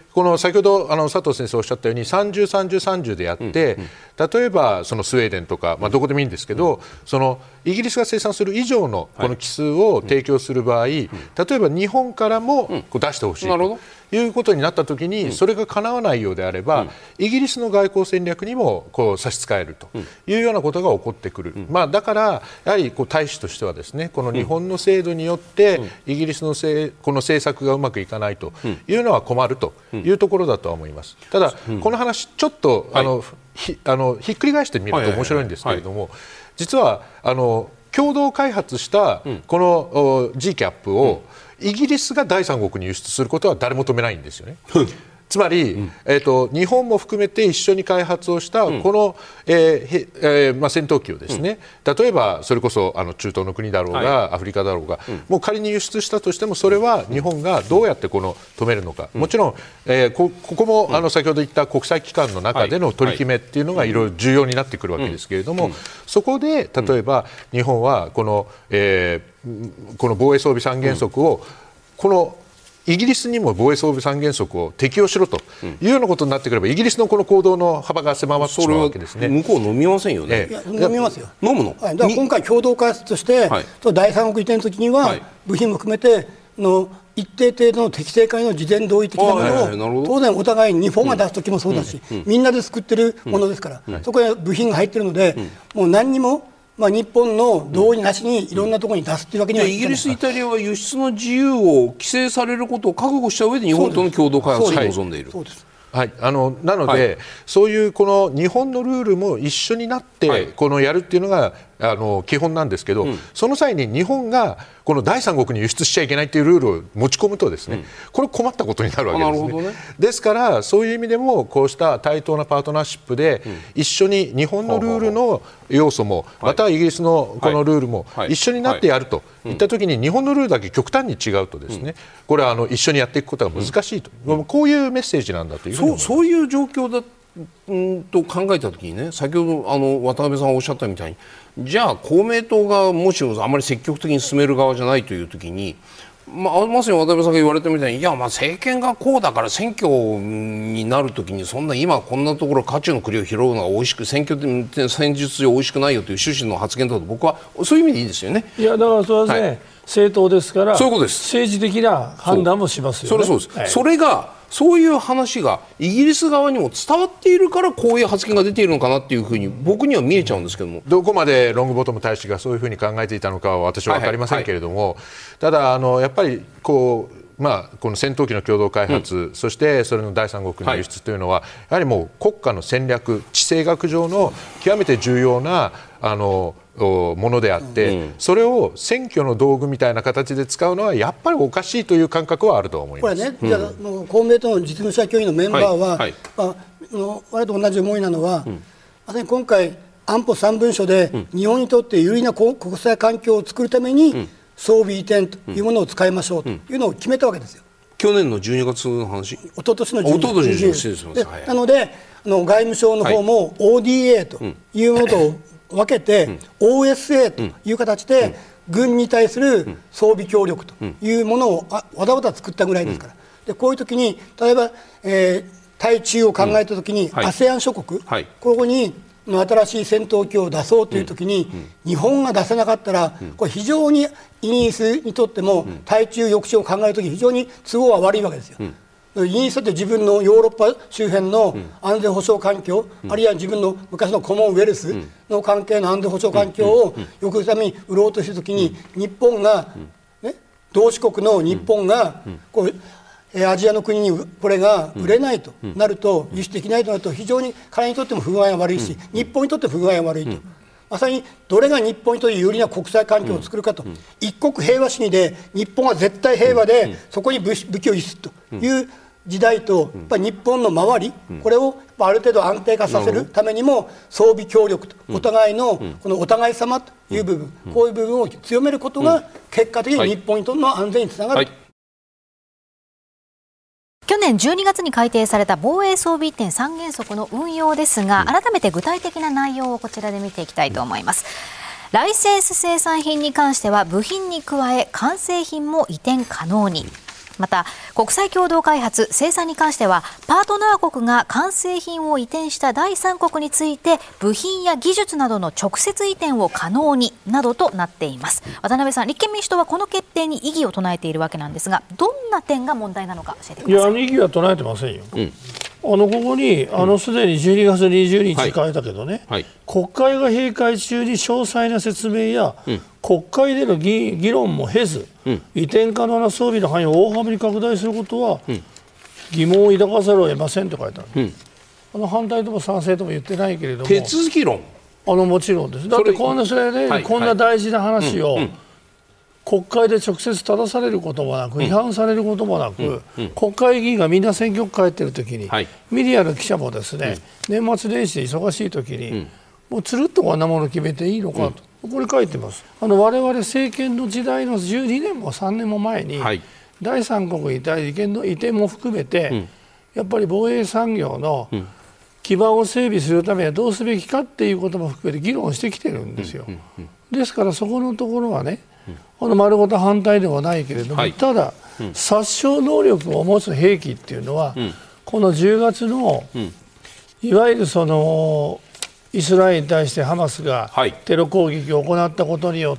[SPEAKER 5] この先ほどあの佐藤先生おっしゃったようにさんじゅう、さんじゅう、さんじゅうでやって、うんうん、例えばそのスウェーデンとか、まあ、どこでもいいんですけど、うん、そのイギリスが生産する以上のこの奇数を提供する場合、はい、例えば日本からもこう出してほしいということになったときに、それが叶わないようであれば、うん、イギリスの外交戦略にもこう差し支えるというようなことが起こってくる、うん、まあ、だからやはりこう大使としてはですね、この日本の制度によってイギリスのせいこの政策がうまくいかないというのは困るというところだとは思います。ただ、この話ちょっとあの、はい、ひ, あのひっくり返してみると面白いんですけれども、実はあの共同開発したこの ジーキャップ をイギリスが第三国に輸出することは誰も止めないんですよね。つまり、うん、えーと、日本も含めて一緒に開発をしたこの、うん、えーえーまあ、戦闘機をですね、うん、例えばそれこそあの中東の国だろうが、はい、アフリカだろうが、うん、もう仮に輸出したとしてもそれは日本がどうやってこの止めるのか、うん、もちろん、えー、こ, ここも、うん、あの先ほど言った国際機関の中での取り決めっていうのがいろいろ重要になってくるわけですけれども、うんうん、そこで例えば日本はこの、えー、この防衛装備三原則を、うん、このイギリスにも防衛装備三原則を適用しろというようなことになってくれば、イギリスのこの行動の幅が狭まってしまうわけですね。
[SPEAKER 3] 向こう飲みませんよね。
[SPEAKER 2] いや飲みますよ。
[SPEAKER 3] 飲むの、
[SPEAKER 2] はい、だから今回共同開発として、はい、第三国移転の時には、はい、部品も含めての一定程度の適正化の事前同意的なものを、はいはい、当然お互いに日本が出す時もそうだし、うんうん、みんなで作ってるものですから、うん、そこへ部品が入ってるので、うん、もう何にもまあ、日本の同意なしにいろんなところに出すというわけにはいかない。
[SPEAKER 3] イギリス、イタリアは輸出の自由を規制されることを覚悟した上で日本との共同開発に臨んでいる。
[SPEAKER 2] そうです。
[SPEAKER 5] はい、あのなので、はい、そういうこの日本のルールも一緒になってこのやるっていうのがあの基本なんですけど、うん、その際に日本がこの第三国に輸出しちゃいけないというルールを持ち込むとですね、うん、これ困ったことになるわけですね。ねですからそういう意味でもこうした対等なパートナーシップで一緒に日本のルールの要素もまたイギリスのこのルールも一緒になってやるといったときに日本のルールだけ極端に違うとですね、これはあの一緒にやっていくことが難しいと、うん、こういうメッセージなんだというふうに思います。
[SPEAKER 3] そう、そういう状況だんと考えたときにね、先ほどあの渡辺さんがおっしゃったみたいに、じゃあ公明党がもしあまり積極的に進める側じゃないというときに、まあ、まさに渡辺さんが言われたみたいに、いや、まあ政権がこうだから選挙になるときにそんな今こんなところ渦中の栗を拾うのが美味しく、選挙で戦術上美味しくないよという趣旨の発言だと僕はそういう意味でいいですよね。
[SPEAKER 4] いや、だからそれはね、はい、政党ですから、
[SPEAKER 3] そういうことです。
[SPEAKER 4] 政治的な判断もしますよね。
[SPEAKER 3] それそうです、はい、それがそういう話がイギリス側にも伝わっているからこういう発言が出ているのかなっていうふうに僕には見えちゃうんですけども、
[SPEAKER 5] どこまでロングボトム大使がそういうふうに考えていたのかは私は分かりませんけれども、はいはいはい、ただあのやっぱりこう、まあ、この戦闘機の共同開発、うん、そしてそれの第三国の輸出というのは、はい、やはりもう国家の戦略、地政学上の極めて重要なあのものであって、うん、それを選挙の道具みたいな形で使うのはやっぱりおかしいという感覚はあると思います。
[SPEAKER 2] これね、じゃあ、うん、公明党の実務者協議のメンバーは、はいはい、まあ、我と同じ思いなのは、うん、まさに今回安保さん文書で、うん、日本にとって有利な国際環境を作るために、うん、装備移転というものを使いましょうというのを決めたわけですよ。
[SPEAKER 3] 去年のじゅうにがつの話、
[SPEAKER 2] 一昨年のじゅうにがつ、
[SPEAKER 3] 一昨年のじゅうにがつ
[SPEAKER 2] で、なのであの外務省の方も オーディーエー というものと分けて、うん、オーエスエー という形で、うん、軍に対する装備協力というものをあわざわざ作ったぐらいですから、うん、でこういう時に例えば、えー、対中を考えた時に、うん、はい、アセアン 諸国、はい、ここに新しい戦闘機を出そうという時に、うんうん、日本が出せなかったら、うん、これ非常にイギリスにとっても、うん、対中抑止を考える時非常に都合は悪いわけですよ。うん、イギリスって自分のヨーロッパ周辺の安全保障環境、うん、あるいは自分の昔のコモンウェルスの関係の安全保障環境をよくするために売ろうとしたときに、日本が、ね、同志国の日本がこうアジアの国にこれが売れないとなると、輸出できないとなると非常に彼にとっても不具合が悪いし、日本にとって不具合が悪いと。まさにどれが日本にとって有利な国際環境を作るかと、一国平和主義で日本は絶対平和でそこに武器を輸出という時代と、やっぱり日本の周り、これをある程度安定化させるためにも装備協力と、お互いのこのお互い様という部分、こういう部分を強めることが結果的に日本にとっての安全につながる。はいはい、
[SPEAKER 1] 去年じゅうにがつに改定された防衛装備移転三原則の運用ですが、改めて具体的な内容をこちらで見ていきたいと思います。ライセンス生産品に関しては部品に加え完成品も移転可能に。 また国際共同開発生産に関してはパートナー国が完成品を移転した第三国について部品や技術などの直接移転を可能になどとなっています。渡辺さん、立憲民主党はこの決定に異議を唱えているわけなんですが、どんな点が問題なのか教えてください。
[SPEAKER 4] いや、異議は唱えてませんよ、
[SPEAKER 3] うん、
[SPEAKER 4] あのここにあのすでにじゅうにがつにじゅうににち書いたけどね、はいはい、国会が閉会中に詳細な説明や、うん、国会での 議, 議論も経ず、うん、移転可能な装備の範囲を大幅に拡大することは、うん、疑問を抱かざるを得ませんと書いてある、うん、あの反対とも賛成とも言ってないけれども、
[SPEAKER 3] 手続き論、
[SPEAKER 4] あのもちろんです。だってこんなそれで、はい、こんな大事な話を、はい、うん国会で直接正されることもなく、うん、批判されることもなく、うんうん、国会議員がみんな選挙区帰ってるときに、はい、メディアの記者もですね、うん、年末年始で忙しいときに、うん、もうつるっとこんなもの決めていいのかと、うん、これ書いてます。あの我々政権の時代のじゅうにねんもさんねんも前に、はい、第三国に対しての移転も含めて、うん、やっぱり防衛産業の基盤を整備するためにはどうすべきかっていうことも含めて議論してきてるんですよ、うんうんうん、ですからそこのところはね、あの丸ごと反対ではないけれども、はい、ただ、うん、殺傷能力を持つ兵器っていうのは、うん、このじゅうがつの、うん、いわゆるそのイスラエルに対してハマスがテロ攻撃を行ったことによって、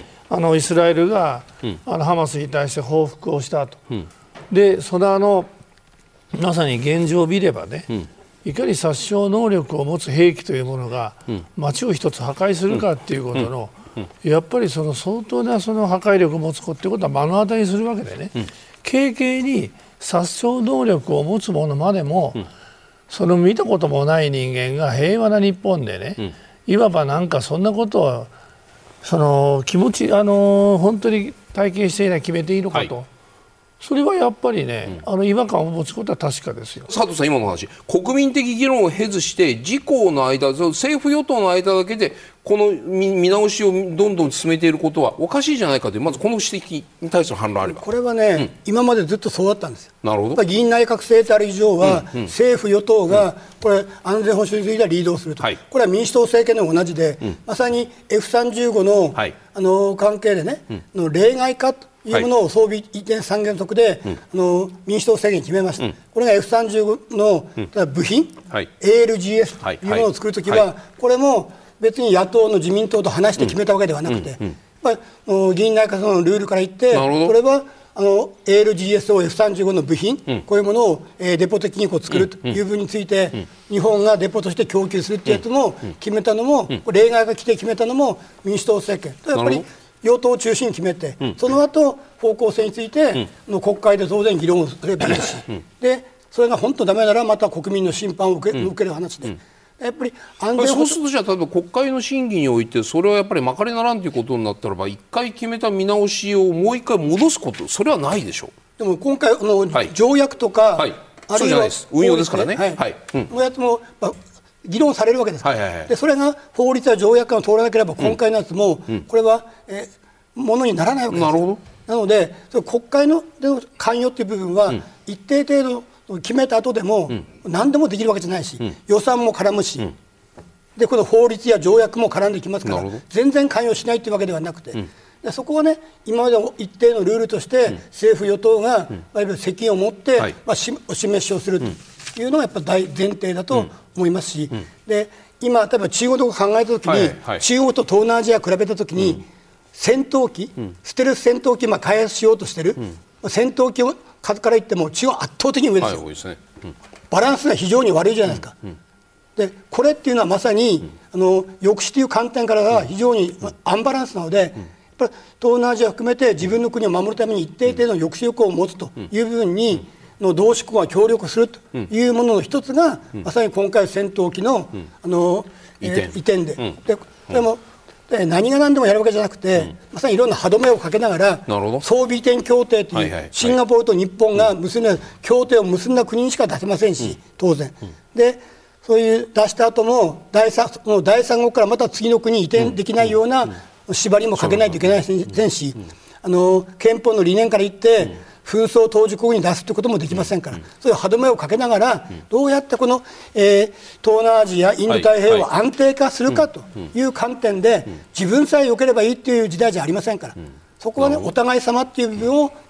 [SPEAKER 4] うん、あのイスラエルが、うん、あのハマスに対して報復をしたと、うん、でそのあのまさに現状を見ればね、うん、いかに殺傷能力を持つ兵器というものが、うん、街を一つ破壊するかっていうことの、うんうんやっぱりその相当なその破壊力を持つことということは目の当たりにするわけでね、うん、軽々に殺傷能力を持つものまでも、うん、その見たこともない人間が平和な日本でね、うん、いわばなんかそんなことをその気持ちあの本当に体験していない決めていいのかと、はい、それはやっぱりね、うん、あの違和感を持つことは確かですよ。
[SPEAKER 3] 佐藤さん、今の話、国民的議論を経ずして自公の間、政府与党の間だけでこの 見, 見直しをどんどん進めていることはおかしいじゃないかという、まずこの指摘に対する反論あれば。
[SPEAKER 2] これはね、うん、今までずっとそうだったんですよ。
[SPEAKER 3] なるほど。
[SPEAKER 2] 議員内閣制である以上は、うんうん、政府与党がこれ安全保障についてはリードをすると、はい、これは民主党政権でも同じで、うん、まさに エフさんじゅうご の、はい、あの関係でね、うん、の例外化というものを装備移転三原則で、うん、あの民主党政権に決めました、うん、これが エフさんじゅうご の、うん、部品、はい、エーエルジーエス というものを作るときは、はいはい、これも別に野党の自民党と話して決めたわけではなくて、うんうんうん、やっぱり議員内閣のルールから言って、これはあの エーエルジーエス を エフさんじゅうご の部品、うん、こういうものを、えー、デポ的にこう作るという分について、うんうん、日本がデポとして供給するというやつも決めたのも、うん、例外が来て決めたのも民主党政権、やっぱり与党を中心に決めて、うん、その後方向性について、うん、の国会で当然議論をすればいいし、うん、でそれが本当ダメならまた国民の審判を受け、うん、受ける話で。うんやっぱり安全
[SPEAKER 3] そうすると、じゃあ例えば国会の審議においてそれはやっぱりまかりならんということになったらば、一回決めた見直しをもう一回戻すこと、それはないでしょう。
[SPEAKER 2] でも今回の条約とか、はいはい、
[SPEAKER 3] あるいは運用ですからね、はいはい
[SPEAKER 2] うん、もうやつも、まあ、議論されるわけですから、はいはいはい、でそれが法律や条約が通らなければ、今回のやつも、うん、これは、えー、ものにならないわけです。
[SPEAKER 3] なるほど。
[SPEAKER 2] なので国会のでの関与という部分は、うん、一定程度決めた後でも、うん、何でもできるわけじゃないし、うん、予算も絡むし、うんでこの法律や条約も絡んできますから、全然関与しないというわけではなくて、うん、でそこはね、今までの一定のルールとして、うん、政府・与党が、うん、責任を持って、はいまあ、しお示しをするというのがやっぱ大前提だと思いますし、うん、で今、例えば中国とか考えたときに、はいはい、中国と東南アジアを比べたときに、うん、戦闘機、うん、ステルス戦闘機を開発しようとしている、うん、戦闘機を数から言っても中国は圧倒的に上ですよ、はいですねうん、バランスが非常に悪いじゃないですか。うんうんでこれっていうのはまさに、うん、あの抑止という観点からは非常にアンバランスなので、うん、やっぱり東南アジアを含めて自分の国を守るために一定程度の抑止力を持つという部分に、うん、の同志国が協力するというものの一つが、うん、まさに今回戦闘機の、うん、あの移転、えー、移転で、うん、ででもで何が何でもやるわけじゃなくて、うん、まさにいろんな歯止めをかけながら装備移転協定という、はいはいはい、シンガポールと日本が結んだ、うん、協定を結んだ国にしか出せませんし、当然、うん、でそういう出した後も第三、もう第三国からまた次の国に移転できないような縛りもかけないといけないですし、あの憲法の理念から言って紛争当事国に出すということもできませんから、そういう歯止めをかけながらどうやってこの、えー、東南アジアインド太平洋を安定化するかという観点で自分さえ良ければいいという時代じゃありませんから、そこはねお互い様っていう部分を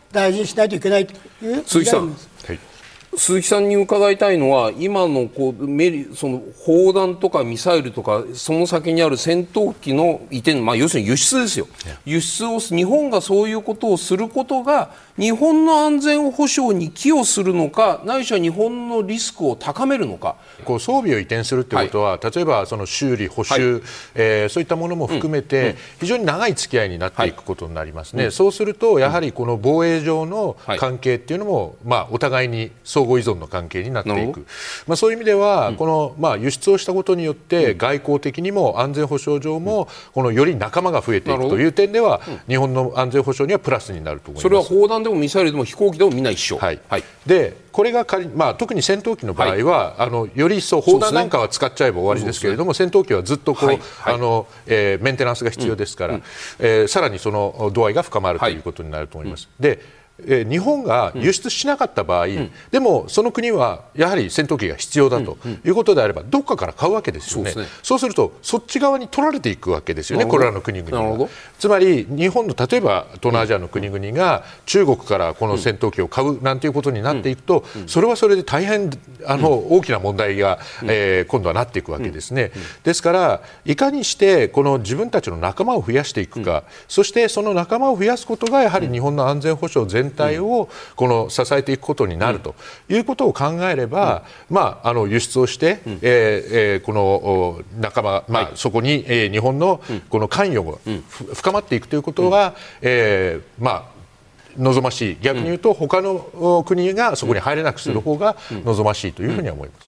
[SPEAKER 2] 大事にしないといけないという
[SPEAKER 3] 鈴木さん、
[SPEAKER 5] はい、
[SPEAKER 3] 鈴木さんに伺いたいのは今のこうメリその砲弾とかミサイルとかその先にある戦闘機の移転、まあ、要するに輸出ですよ。輸出を日本がそういうことをすることが日本の安全保障に寄与するのか、ないしは日本のリスクを高めるのか。
[SPEAKER 5] こう装備を移転するということは、はい、例えばその修理、補修、はい、えー、そういったものも含めて、うん、非常に長い付き合いになっていくことになりますね、はい、そうするとやはりこの防衛上の関係っていうのも、まあ、お互いに相互依存の関係になっていく、まあ、そういう意味では、うん、この、まあ、輸出をしたことによって外交的にも安全保障上も、うん、このより仲間が増えていくという点では、うん、日本の安全保障にはプラスになると思います。
[SPEAKER 3] それは砲弾でもミサイルでも飛行機でもみんな一緒、
[SPEAKER 5] はいはい、でこれが仮、まあ、特に戦闘機の場合は、はい、あのより一層砲弾なんかは使っちゃえば終わりですけれども、ね、戦闘機はずっとこう、はいはい、あのえー、メンテナンスが必要ですから、うんうん、えー、さらにその度合いが深まるということになると思います、はい、でえー、日本が輸出しなかった場合、うん、でもその国はやはり戦闘機が必要だということであれば、どっかから買うわけですよね。そうですね。そうするとそっち側に取られていくわけですよね、これらの国々が。つまり日本の例えば東南アジアの国々が中国からこの戦闘機を買うなんていうことになっていくと、それはそれで大変あの大きな問題が、えー、今度はなっていくわけですね。ですからいかにしてこの自分たちの仲間を増やしていくか、そしてその仲間を増やすことがやはり日本の安全保障全体をこの支えていくことになるということを考えれば、まあ、あの輸出をして、えーえー、この仲間、まあ、そこに、えー、日本のこの関与が深まっていくということが、えー、まあ望ましい。逆に言うと他の国がそこに入れなくする方が望ましいというふうには思います。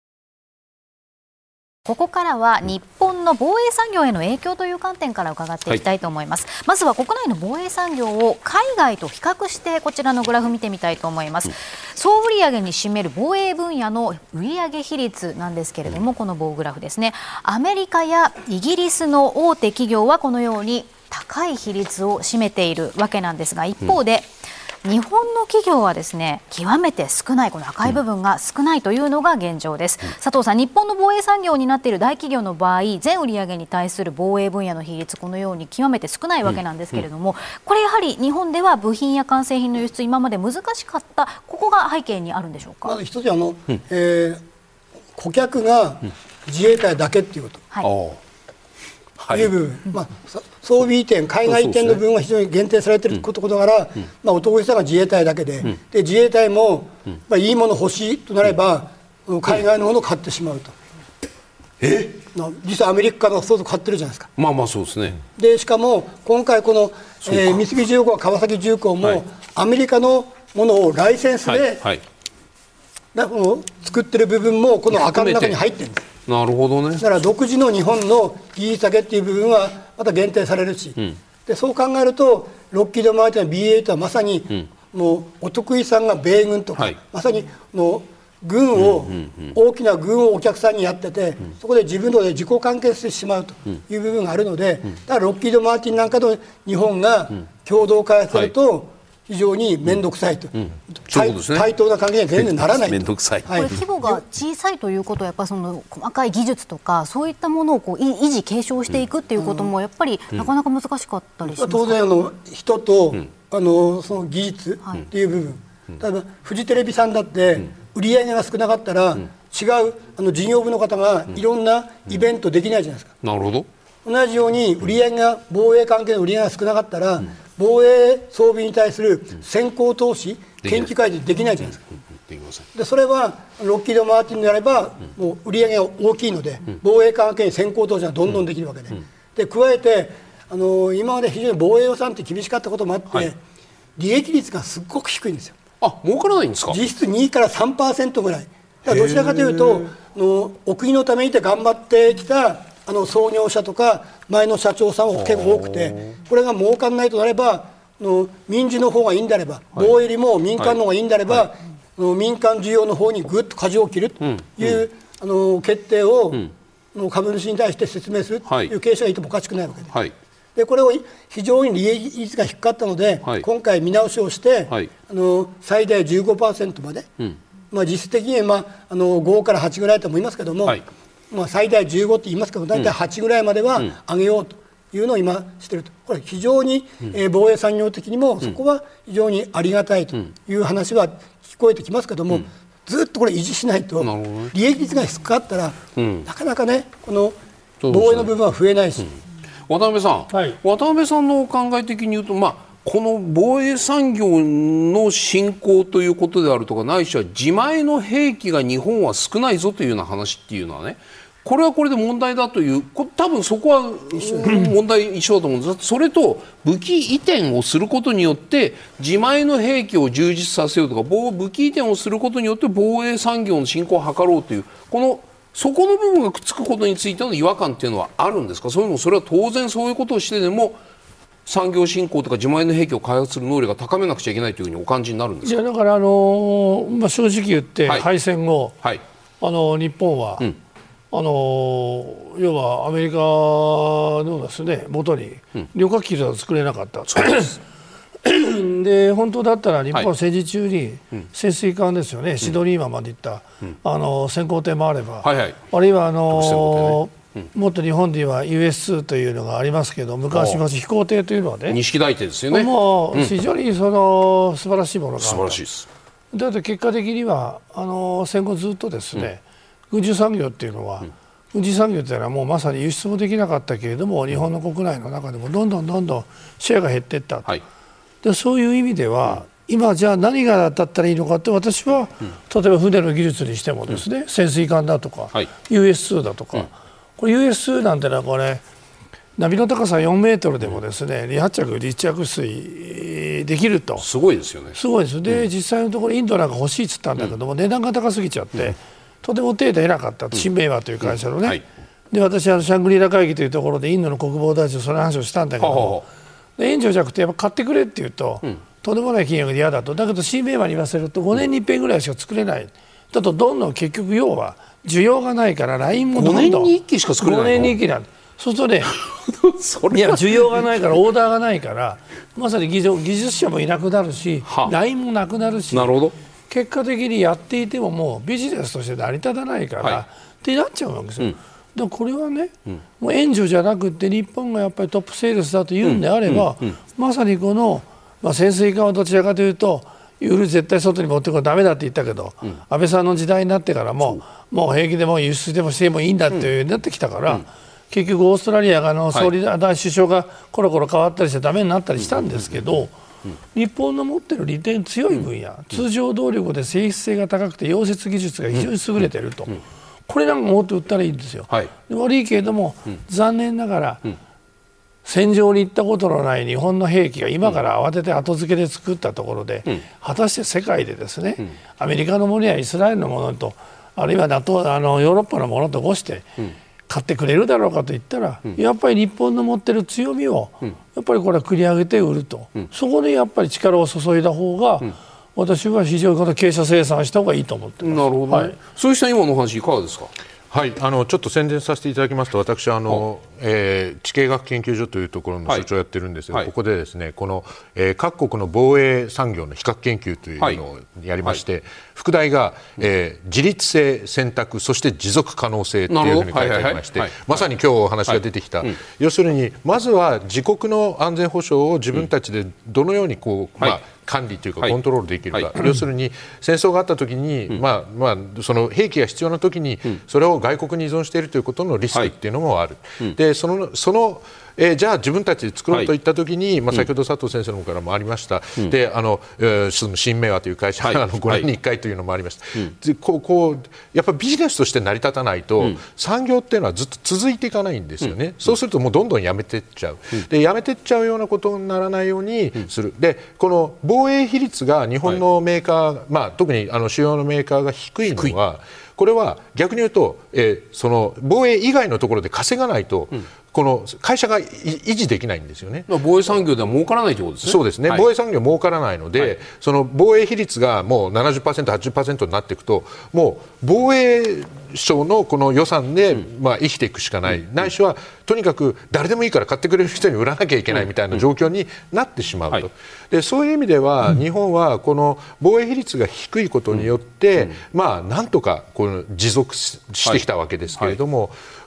[SPEAKER 1] ここからは日本の防衛産業への影響という観点から伺っていきたいと思います、はい、まずは国内の防衛産業を海外と比較してこちらのグラフ見てみたいと思います、うん、総売上に占める防衛分野の売上比率なんですけれども、うん、この棒グラフですね。アメリカやイギリスの大手企業はこのように高い比率を占めているわけなんですが、一方で、うん日本の企業はですね極めて少ない、この赤い部分が少ないというのが現状です、うん、佐藤さん、日本の防衛産業になっている大企業の場合、全売上に対する防衛分野の比率、このように極めて少ないわけなんですけれども、うんうん、これやはり日本では部品や完成品の輸出、今まで難しかった、ここが背景にあるんでしょうか。
[SPEAKER 2] まず一つあの、うん、えー、顧客が自衛隊だけっていうこと、はいはい、いう部分、まあ、装備移転、海外移転の部分は非常に限定されていることから、うんまあ、お得意さんが自衛隊だけで、うん、で自衛隊も、まあ、いいもの欲しいとなれば、うん、海外のものを買ってしまうと。え実際アメリカのそう買ってるじゃないですか。
[SPEAKER 3] まあまあそうですね。で
[SPEAKER 2] しかも今回この、えー、三菱重工、川崎重工も、はい、アメリカのものをライセンスで、はいはい、だこの作ってる部分もこの赤の中に入ってるんです。
[SPEAKER 3] なるほどね。
[SPEAKER 2] だから独自の日本の技術だけっていう部分はまた限定されるし、うん、でそう考えるとロッキードマーティンの ビーエイト はまさに、うん、もうお得意さんが米軍とか、はい、まさにの軍を、うんうんうん、大きな軍をお客さんにやってて、うん、そこで自分ので自己完結してしまうという部分があるので、うん、だからロッキードマーティンなんかと日本が共同開発すると、はい、非常に面倒くさいと、うんうん対, ね、対等な関係には全然ならないと。
[SPEAKER 3] 面倒くさい、
[SPEAKER 1] はい、これ規模が小さいということはやっぱりその細かい技術とかそういったものをこう維持継承していくっていうこともやっぱりなかなか難しかったりしますか。
[SPEAKER 2] 当然あの人と、うん、あのその技術っていう部分、はい、例えばフジテレビさんだって、うん売り上げが少なかったら、うん、違うあの事業部の方がいろんなイベントできないじゃないですか、
[SPEAKER 3] うんうん、なるほ
[SPEAKER 2] ど。同じように売り上げが防衛関係の売り上げが少なかったら、うん、防衛装備に対する先行投資、うん、研究開発できないじゃないですか、うんうん、できません。でそれはロッキードマーティンであれば、うん、もう売り上げが大きいので、うん、防衛関係に先行投資がどんどんできるわけで、うん、で加えてあの今まで非常に防衛予算って厳しかったこともあって、はい、利益率がすっごく低いんですよ。
[SPEAKER 3] あ、儲からないんですか。
[SPEAKER 2] 実質にから さんパーセント ぐらい。だからどちらかというとのお国のためにて頑張ってきたあの創業者とか前の社長さんも結構多くて、これが儲かんないとなればの民事の方がいいんであれば、はい、防衛よりも民間の方がいいんであれば、はい、の民間需要の方にぐっと舵を切るという、うんうん、あの決定を、うん、の株主に対して説明するという経営者がいてもおかしくないわけで、はいでこれを非常に利益率が低かったので、はい、今回見直しをして、はい、あの最大 じゅうごパーセント まで、うんまあ、実質的に、まあ、あのごからはちぐらいと思いますけども、はいまあ、最大じゅうごって言いますけど大体はちぐらいまでは上げようというのを今していると、これ非常に、えー、防衛産業的にもそこは非常にありがたいという話は聞こえてきますけども、うん、ずっとこれ維持しないと利益率が低かったら、うん、なかなかねこの防衛の部分は増えないし、
[SPEAKER 3] うん、渡辺さん、はい、渡辺さんのお考え的に言うと、まあ、この防衛産業の振興ということであるとか、ないしは自前の兵器が日本は少ないぞというような話っていうのはね、これはこれで問題だという、多分そこは問題一緒だと思うんです。それと武器移転をすることによって自前の兵器を充実させようとか、武器移転をすることによって防衛産業の振興を図ろうという、このそこの部分がくっつくことについての違和感っていうのはあるんですか。それともそれは当然そういうことをしてでも産業振興とか自前の兵器を開発する能力が高めなくちゃいけないというふうにお感じになるんですか。
[SPEAKER 4] いやだから、あのーまあ、正直言って敗戦後、はいはい、あの日本は、うん、あの要はアメリカのですね元に旅客機を作れなかった、うん、で本当だったら日本は戦時中に潜水艦ですよね、うん、シドニー湾まで行った、うん、あの潜航艇もあれば、はいはい、あるいはあのうん、もっと日本では ユーエスツー というのがありますけど、昔々飛行艇というのはね、
[SPEAKER 3] 錦大艇ですよね、
[SPEAKER 4] もう非常にその素晴らしいものがある。
[SPEAKER 3] 素晴らしいです。
[SPEAKER 4] だって結果的にはあの戦後ずっとですね、うん、軍需産業っていうのは、うん、軍需産業というのはもうまさに輸出もできなかったけれども、日本の国内の中でもどんどんどんどんシェアが減っていった、はい、でそういう意味では、うん、今じゃあ何がだったらいいのかって、私は、うん、例えば船の技術にしてもですね、うん、潜水艦だとか、はい、ユーエスツー だとか、うん、これ ユーエスツー なんてのはこれ波の高さよんメートルでもですね、離発着離着水できると。
[SPEAKER 3] すごいですよね。
[SPEAKER 4] すごいです。で、うん、実際のところインドなんか欲しいっつったんだけども、うん、値段が高すぎちゃって、うん、とても手出なかった、新明和という会社のね、うんはい、で私はシャングリラ会議というところでインドの国防大臣とその話をしたんだけども、で援助じゃなくてやっぱ買ってくれって言うと、うん、とんでもない金額で嫌だと。だけど新明和に言わせるとごねんにいっぺんぐらいしか作れない、だとどんどん結局要は需要がないからラインもどんどん
[SPEAKER 3] ごねんにいっきしか作れないの。
[SPEAKER 4] ごねんにいっきなんそうするとねいや需要がないからオーダーがないからまさに技術、技術者もいなくなるし、ラインもなくなるし、
[SPEAKER 3] なるほど、
[SPEAKER 4] 結果的にやっていてももうビジネスとして成り立たないから、はい、ってなっちゃうわけですよ、うん、でもこれはね、うん、もう援助じゃなくて日本がやっぱりトップセールスだというんであれば、うんうんうん、まさにこの、まあ、潜水艦はどちらかというとユール絶対外に持ってこないダメだって言ったけど、うん、安倍さんの時代になってからももう平気でも輸出でもしてもいいんだっていうようになってきたから、うん、結局オーストラリアがの総理、はい、首相がコロコロ変わったりしてダメになったりしたんですけど、うんうん、日本の持っている利点強い分野、うん、通常動力で性質性が高くて溶接技術が非常に優れていると、うんうん、これなんかもっと売ったらいいんですよ、はい、悪いけれども、うん、残念ながら、うん、戦場に行ったことのない日本の兵器が今から慌てて後付けで作ったところで、うん、果たして世界でですね、うん、アメリカのものやイスラエルのものとあるいは NATO あのヨーロッパのものとごして、うん、買ってくれるだろうかと言ったら、うん、やっぱり日本の持っている強みを、うん、やっぱりこれは繰り上げて売ると、うん、そこでやっぱり力を注いだ方が、うん、私は非常にこの傾斜生産した方がいいと思ってます。
[SPEAKER 3] なるほどね、はい、そうした今のお話いかがですか。
[SPEAKER 5] はい、あのちょっと宣伝させていただきますと、私はあの、えー、地形学研究所というところの所長をやってるんですが、はい、ここでですねこの、えー、各国の防衛産業の比較研究というのをやりまして、はい、副題が、えー、自立性、選択、そして持続可能性というふうに書いてありまして、まさに今日お話が出てきた、はいはい、要するにまずは自国の安全保障を自分たちでどのようにこう、うんまあ管理というかコントロールできるか、はいはい、要するに戦争があったときに、うんまあまあ、その兵器が必要なときに、うん、それを外国に依存しているということのリスクっていうのもある、はい、でそのそのえー、じゃあ自分たちで作ろうといったときに、はいまあ、先ほど佐藤先生の方からもありました、うん、であの、えー、その新明和という会社が、はい、ごねんにいっかいというのもありました、はい、でこうこうやっぱりビジネスとして成り立たないと、うん、産業っていうのはずっと続いていかないんですよね、うん、そうするともうどんどんやめていっちゃう、うん、でやめていっちゃうようなことにならないようにする、うん、でこの防衛比率が日本のメーカー、はいまあ、特にあの主要のメーカーが低いのはこれは逆に言うと、えー、その防衛以外のところで稼がないと、うんこの会社が維持できないんですよね。
[SPEAKER 3] 防衛産業では儲からないということですね。
[SPEAKER 5] そうですね、はい、防衛産業儲からないので、はい、その防衛比率がもう ななじゅっパーセント、はちじゅっパーセント になっていくともう防衛省のこの予算で、うんまあ、生きていくしかない、うん、ないしはとにかく誰でもいいから買ってくれる人に売らなきゃいけないみたいな状況になってしまうと、うんはい、でそういう意味では、うん、日本はこの防衛比率が低いことによって、うんまあ、なんとかこの持続してきたわけですけれども、はい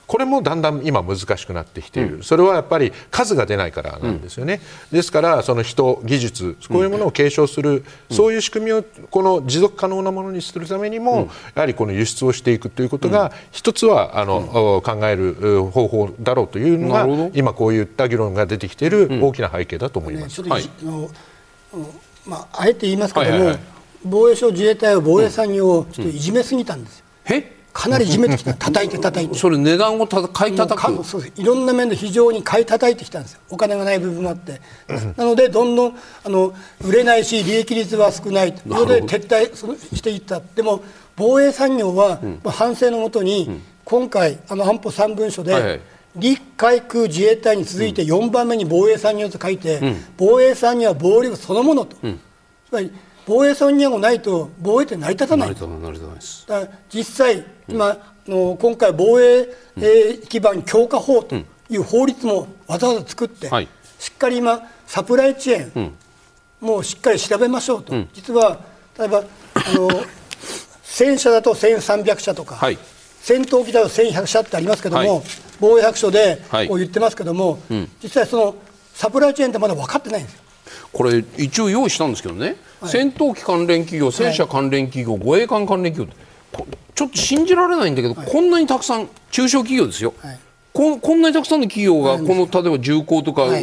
[SPEAKER 5] これもだんだん今難しくなってきている、うん、それはやっぱり数が出ないからなんですよね、うん、ですからその人、技術こういうものを継承する、うん、そういう仕組みをこの持続可能なものにするためにも、うん、やはりこの輸出をしていくということが一つはあの、うん、考える方法だろうというのが今こういった議論が出てきている大きな背景だと思います。
[SPEAKER 2] うんね、ちょっと、はい、あのまあ、あえて言いますけども、はいはいはい、防衛省自衛隊は防衛産業をちょっといじめすぎたんですよ、うんうん、えかなりいじめてきた、叩いて叩いて、
[SPEAKER 3] それ値段をた買い叩く、
[SPEAKER 2] そうです、いろんな面で非常に買い叩いてきたんですよ、お金がない部分もあって、なので、どんどんあの売れないし、利益率は少ないということで撤退していった、でも防衛産業は、うん、反省のもとに、うん、今回、あの安保さん文書で、はいはい、陸海空自衛隊に続いてよんばんめに防衛産業と書いて、うん、防衛産業は防衛力そのものと。うん、つまり防衛産業がないと防衛って成り立たない。成り立たないです。だから実際、今の今回防衛、えー、基盤強化法という法律もわざわざ作って、はい、しっかり今サプライチェーンもしっかり調べましょうと、うん、実は例えばあの戦車だとせんさんびゃくしゃとか、はい、戦闘機だとせんひゃくしゃってありますけども、はい、防衛白書でこう言ってますけども、はい、うん、実際そのサプライチェーンってまだ分かってないんですよ。
[SPEAKER 3] これ一応用意したんですけどね、はい、戦闘機関連企業、戦車関連企業、はい、護衛艦関連企業、ちょっと信じられないんだけど、はい、こんなにたくさん、中小企業ですよ、はい、こ, こんなにたくさんの企業がこの例えば重工とか、はい、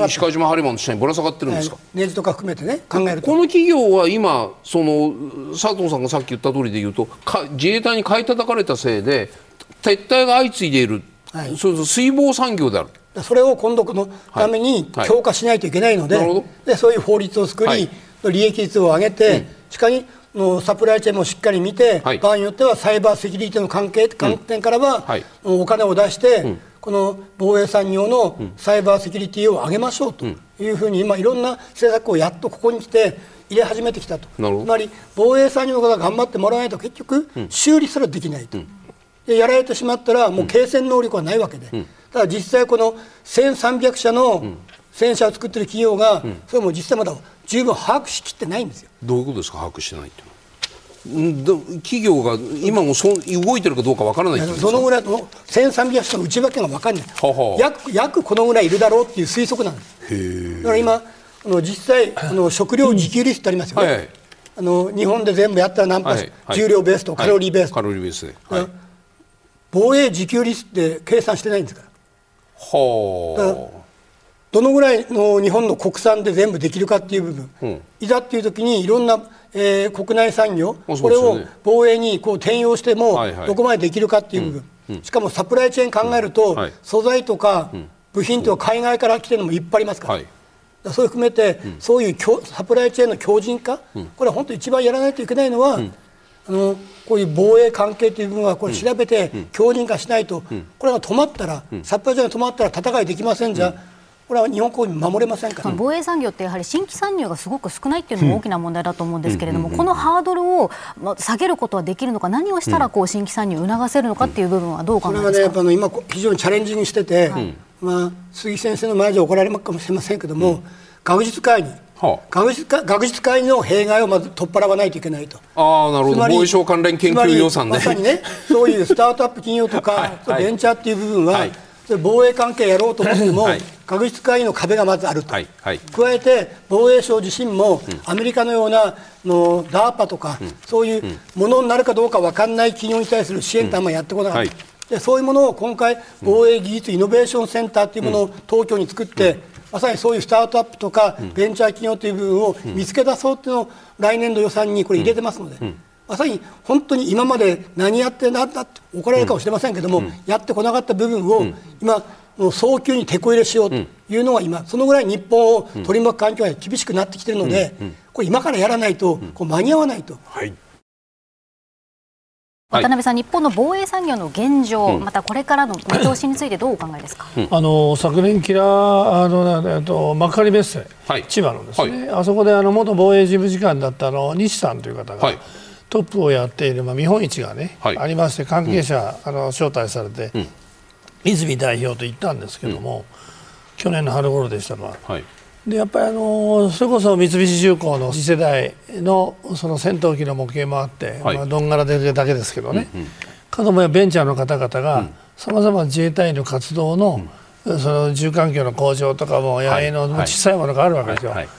[SPEAKER 3] 石川島ハリマンの下にぶら下がってるんですか、はい、
[SPEAKER 2] ネジとか含めてね、考えると
[SPEAKER 3] この企業は今その佐藤さんがさっき言った通りで言うと、自衛隊に買い叩かれたせいで撤退が相次いでいる、はい、そうそう、水防産業である。
[SPEAKER 2] それを今度のために強化しないといけないので、はいはい、でそういう法律を作り、はい、利益率を上げて、うん、しかにのサプライチェーンもしっかり見て、はい、場合によってはサイバーセキュリティの関係、観点からは、うん、はい、お金を出して、うん、この防衛産業のサイバーセキュリティを上げましょうというふうに、今いろんな政策をやっとここに来て入れ始めてきたと。つまり防衛産業の方が頑張ってもらわないと結局修理すらできないと、うん、でやられてしまったらもう継戦能力はないわけで、うん、ただ実際このせんさんびゃくしゃの戦車を作っている企業が、うん、それも実際まだ十分把握しきってないんですよ。
[SPEAKER 3] どういうことですか、把握してないっていうのは。企業が今もそ動いてるかどうかわからないっていうんですか。
[SPEAKER 2] そのぐらいのせんさんびゃくしゃの内訳が分かんない、はは約、約このぐらいいるだろうっていう推測なんです。へだから今あの実際あの食料自給率ってありますよね、はいはい、あの日本で全部やったら何パーセント、はいはい、重量ベースとカロリーベースと、
[SPEAKER 3] はい、カロリーベースで、はい、
[SPEAKER 2] 防衛自給率って計算してないんですから。
[SPEAKER 3] は
[SPEAKER 2] だからどのぐらいの日本の国産で全部できるかっていう部分、うん、いざっていう時にいろんな、えー、国内産業、ね、これを防衛にこう転用してもどこまでできるかっていう部分、うんうん、しかもサプライチェーン考えると、うん、はい、素材とか部品とか海外から来てるのもいっぱいありますから、はい、だからそれを含めて、うん、そういうサプライチェーンの強靭化、うん、これは本当に一番やらないといけないのは、うん、あのこういう防衛関係という部分はこれ調べて強靭化しないと、うん、これが止まったら、うん、サプライチェーンが止まったら戦いできませんじゃ、うん、これは日本国民守れませんから、ね、
[SPEAKER 1] 防衛産業ってやはり新規参入がすごく少ないっていうのも大きな問題だと思うんですけれども、このハードルを下げることはできるのか、何をしたらこう新規参入を促せるのかっていう部分はどう考えますか。
[SPEAKER 2] これはね、やっぱあの今非常にチャレンジングしてて、はい、まあ、杉先生の前で怒られるかもしれませんけども、うん、学術会議、はあ、学術会学術会議の弊害をまず取っ払わないといけないと。
[SPEAKER 3] ああ、なるほど。防衛省関連研究予算ね。
[SPEAKER 2] まさにね、そういうスタートアップ企業とか、はい、ベンチャーっていう部分は、はい、防衛関係やろうと思っても、はい、学術会議の壁がまずあると、はいはい、加えて防衛省自身も、うん、アメリカのようなの ダーパ とか、うん、そういうものになるかどうか分かんない企業に対する支援ってあんまりやってこなかった、うん、はい、でそういうものを今回防衛技術イノベーションセンターというものを東京に作って、うん、まさにそういうスタートアップとか、うん、ベンチャー企業という部分を見つけ出そうというのを来年度予算にこれ入れてますので、うんうん、まさに本当に今まで何やってなんだって怒られるかもしれませんけども、うん、やってこなかった部分を、うん、今もう早急に手こ入れしようというのが今、そのぐらい日本を取り巻く環境が厳しくなってきているので、これ今からやらないとこう間に合わないと。はい、
[SPEAKER 1] 渡辺さん、日本の防衛産業の現状、うん、またこれからの見通しについてどうお考えですか。うん、
[SPEAKER 4] あの昨年キラーあのと幕張メッセ、はい、千葉のですね、はい、あそこであの元防衛事務次官だったの西さんという方が、はい、トップをやっている、まあ、見本市が、ね、はい、ありまして、関係者、うん、あの招待されて、うん、泉代表と言ったんですけども、うん、去年の春頃でしたのは、はい、でやっぱりあのそれこそ三菱重工の次世代 の, その戦闘機の模型もあって、はい、まあ、どんがらでだけですけどね、うんうん、かともやベンチャーの方々が、うん、 さまざまな自衛隊の活動の、うん、その住環境の向上とかも野営の小さいものがあるわけですよ。はいはいはい、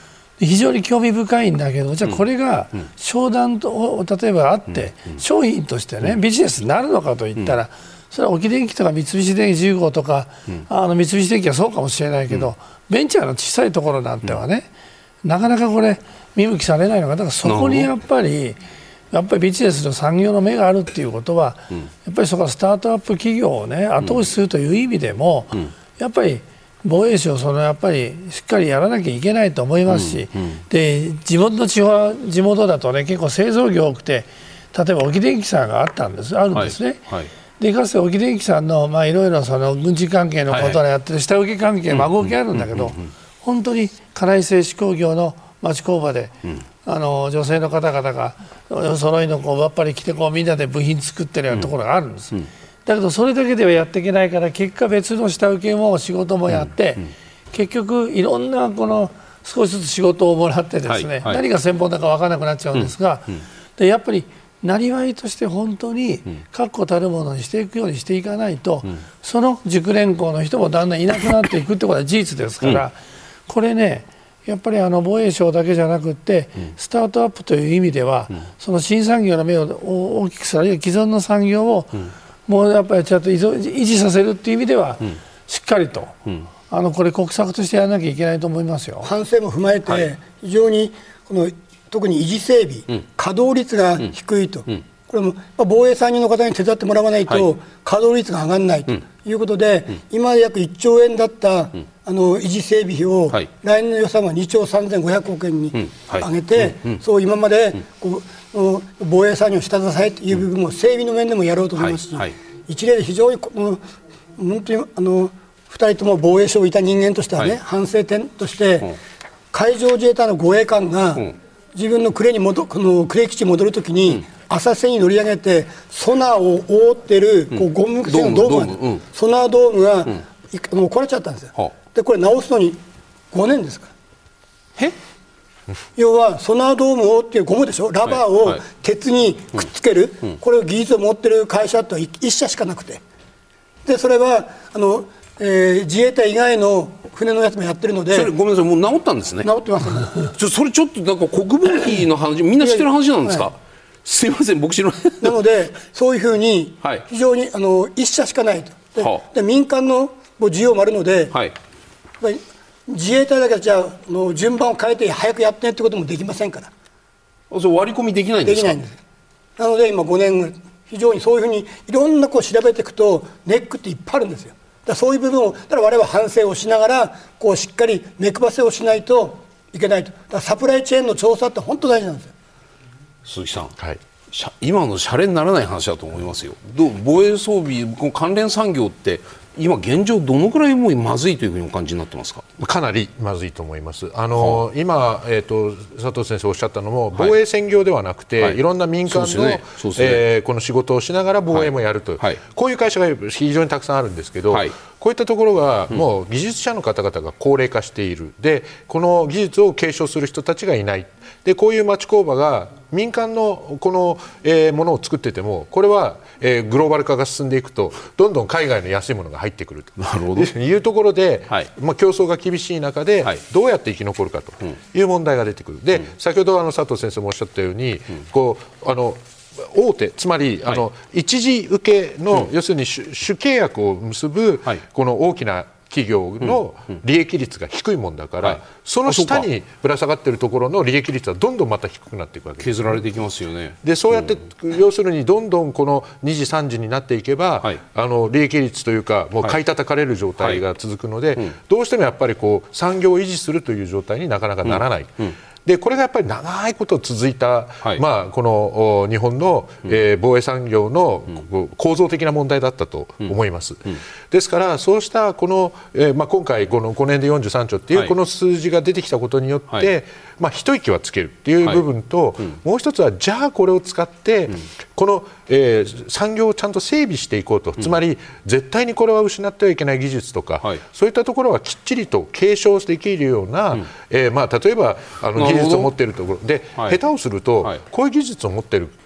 [SPEAKER 4] 非常に興味深いんだけど、じゃあこれが商談と例えばあって商品としてねビジネスになるのかといったら、それは沖電機とか三菱電機じゅうごとかあの三菱電機はそうかもしれないけど、ベンチャーの小さいところなんてはねなかなかこれ見向きされないのが、だからそこにやっぱりやっぱりビジネスの産業の目があるっていうことは、やっぱりそこはスタートアップ企業をね後押しするという意味でも、やっぱり防衛省そのやっぱりしっかりやらなきゃいけないと思いますし、うんうん、で地元の地方地元だとね結構製造業多くて、例えば沖電機さんがあったんですあるんですね。はいはい、でかつて沖電機さんのまあいろいろその軍事関係のことをやってる下請け関係、孫請けあるんだけど、本当に家内製紙工業の町工場で、うん、あの女性の方々がお揃いのこうばっぱり着てこうみんなで部品作ってるようなところがあるんです。うんうん、だけどそれだけではやっていけないから、結果別の下請けも仕事もやって、うんうん、結局いろんなこの少しずつ仕事をもらってですね、はいはい、何が先方だか分からなくなっちゃうんですが、うんうん、でやっぱりなりわいとして本当に確固たるものにしていくようにしていかないと、うん、その熟練工の人もだんだんいなくなっていくってことは事実ですから、うん、これねやっぱりあの防衛省だけじゃなくってスタートアップという意味では、うん、その新産業の目を大きくする、あるいは既存の産業を、うん、もうやっぱりちゃんと維持させるっていう意味では、うん、しっかりと、うん、あのこれ国策としてやらなきゃいけないと思いますよ。
[SPEAKER 2] 反省も踏まえて、はい、非常にこの特に維持整備、うん、稼働率が低いと、うん、これも防衛産業の方に手伝ってもらわないと、はい、稼働率が上がらないということで、うん、今約いっちょうえんだった、うん、あの維持整備費を、はい、来年の予算はにちょうさんぜんごひゃくおくえんに上げて、うんはい、そう今までこう防衛産業を下支えという部分も整備の面でもやろうと思いますし、はいはい、一例で非常にこの本当にあのふたりとも防衛省にいた人間としてはね、はい、反省点として、うん、海上自衛隊の護衛艦が、うん自分の呉に戻この呉基地に戻るときに、うん、浅瀬に乗り上げてソナーを覆ってる、うん、こうゴム製のドームが、うん、ソナードームが、うん、あの壊れちゃったんですよ、はあ、でこれ直すのにごねんですから
[SPEAKER 3] え
[SPEAKER 2] 要はソナードームを覆っていうゴムでしょ、ラバーを鉄にくっつける、はいはい、これを技術を持ってる会社とはいっしゃしかなくて、でそれはあの、えー、自衛隊以外の船のやつもやってるので、
[SPEAKER 3] それごめんなさい、もう治ったんですね。
[SPEAKER 2] 治ってます
[SPEAKER 3] ちょそれちょっとなんか国防費の話みんな知ってる話なんですか。はい、すいません僕知らない
[SPEAKER 2] なのでそういうふうに非常にあの一社しかないと で,、はあ、で民間の需要もあるので、はい、自衛隊だけじゃあの順番を変えて早くやってねってこともできませんから。
[SPEAKER 3] それ割り込みできないんですか。
[SPEAKER 2] できないんです。なので今ごねんぐらい非常にそういうふうにいろんなこう調べていくとネックっていっぱいあるんですよ。だそういう部分をだから我々は反省をしながらこうしっかり目配せをしないといけないと。だからサプライチェーンの調査って本当大事なんですよ。
[SPEAKER 3] 鈴木さん、はい、今のシャレにならない話だと思いますよ。どう防衛装備この関連産業って今現状どのくらいもうまずいというふうにお感じになってますか。か
[SPEAKER 5] なりまずいと思います。あの、はあ、今、えーと、佐藤先生おっしゃったのも防衛専業ではなくて、はい、いろんな民間の、ねねえー、この仕事をしながら防衛もやると、はいはい、こういう会社が非常にたくさんあるんですけど、はい、こういったところがもう技術者の方々が高齢化している。でこの技術を継承する人たちがいない。でこういう町工場が民間のこの、えー、ものを作っててもこれは、えー、グローバル化が進んでいくとどんどん海外の安いものが入ってくるというところで、はいまあ、競争が厳しい中で、はい、どうやって生き残るかという問題が出てくる。で、うん、先ほどあの佐藤先生もおっしゃったように、うん、こうあの大手つまり、はい、あの一時受けの、うん、要するに主契約を結ぶ、はい、この大きな企業の利益率が低いもんだから、うんうんはい、その下にぶら下がっているところの利益率はどんどんまた低くなっていくわけです。
[SPEAKER 3] 削られていきますよね。
[SPEAKER 5] でそうやって、うん、要するにどんどんこのにじさんじになっていけば、はい、あの利益率というかもう買い叩かれる状態が続くので、はいはいうん、どうしてもやっぱりこう産業を維持するという状態になかなかならない。うんうんでこれがやっぱり長いこと続いた、はいまあ、この日本の、えー、防衛産業の、うん、構造的な問題だったと思います、うんうん、ですからそうしたこの、えーまあ、今回このごねんでよんじゅうさんちょっていうこの数字が出てきたことによって、はいまあ、一息はつけるっていう部分と、はいうん、もう一つはじゃあこれを使って、うん、この、えー、産業をちゃんと整備していこうと、うん、つまり絶対にこれは失ってはいけない技術とか、はい、そういったところはきっちりと継承できるような、うんえーまあ、例えばあの技術を持っているところで、はい、下手をすると、はい、こういう技術を持っている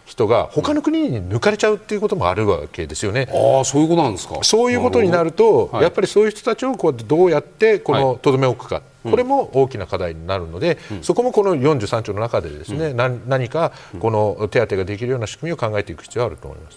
[SPEAKER 5] 人が他の国に抜かれちゃうっていうこともあるわけですよね。
[SPEAKER 3] ああ、そういうことなんですか。
[SPEAKER 5] そういうことになると、
[SPEAKER 3] はい、
[SPEAKER 5] やっぱりそういう人たちをこうどうやってこのとどめを置くか、これも大きな課題になるので、うん、そこもこのよんじゅうさんちょうの中でですね、うん、何, 何かこの手当ができるような仕組みを考えていく必要があると思います。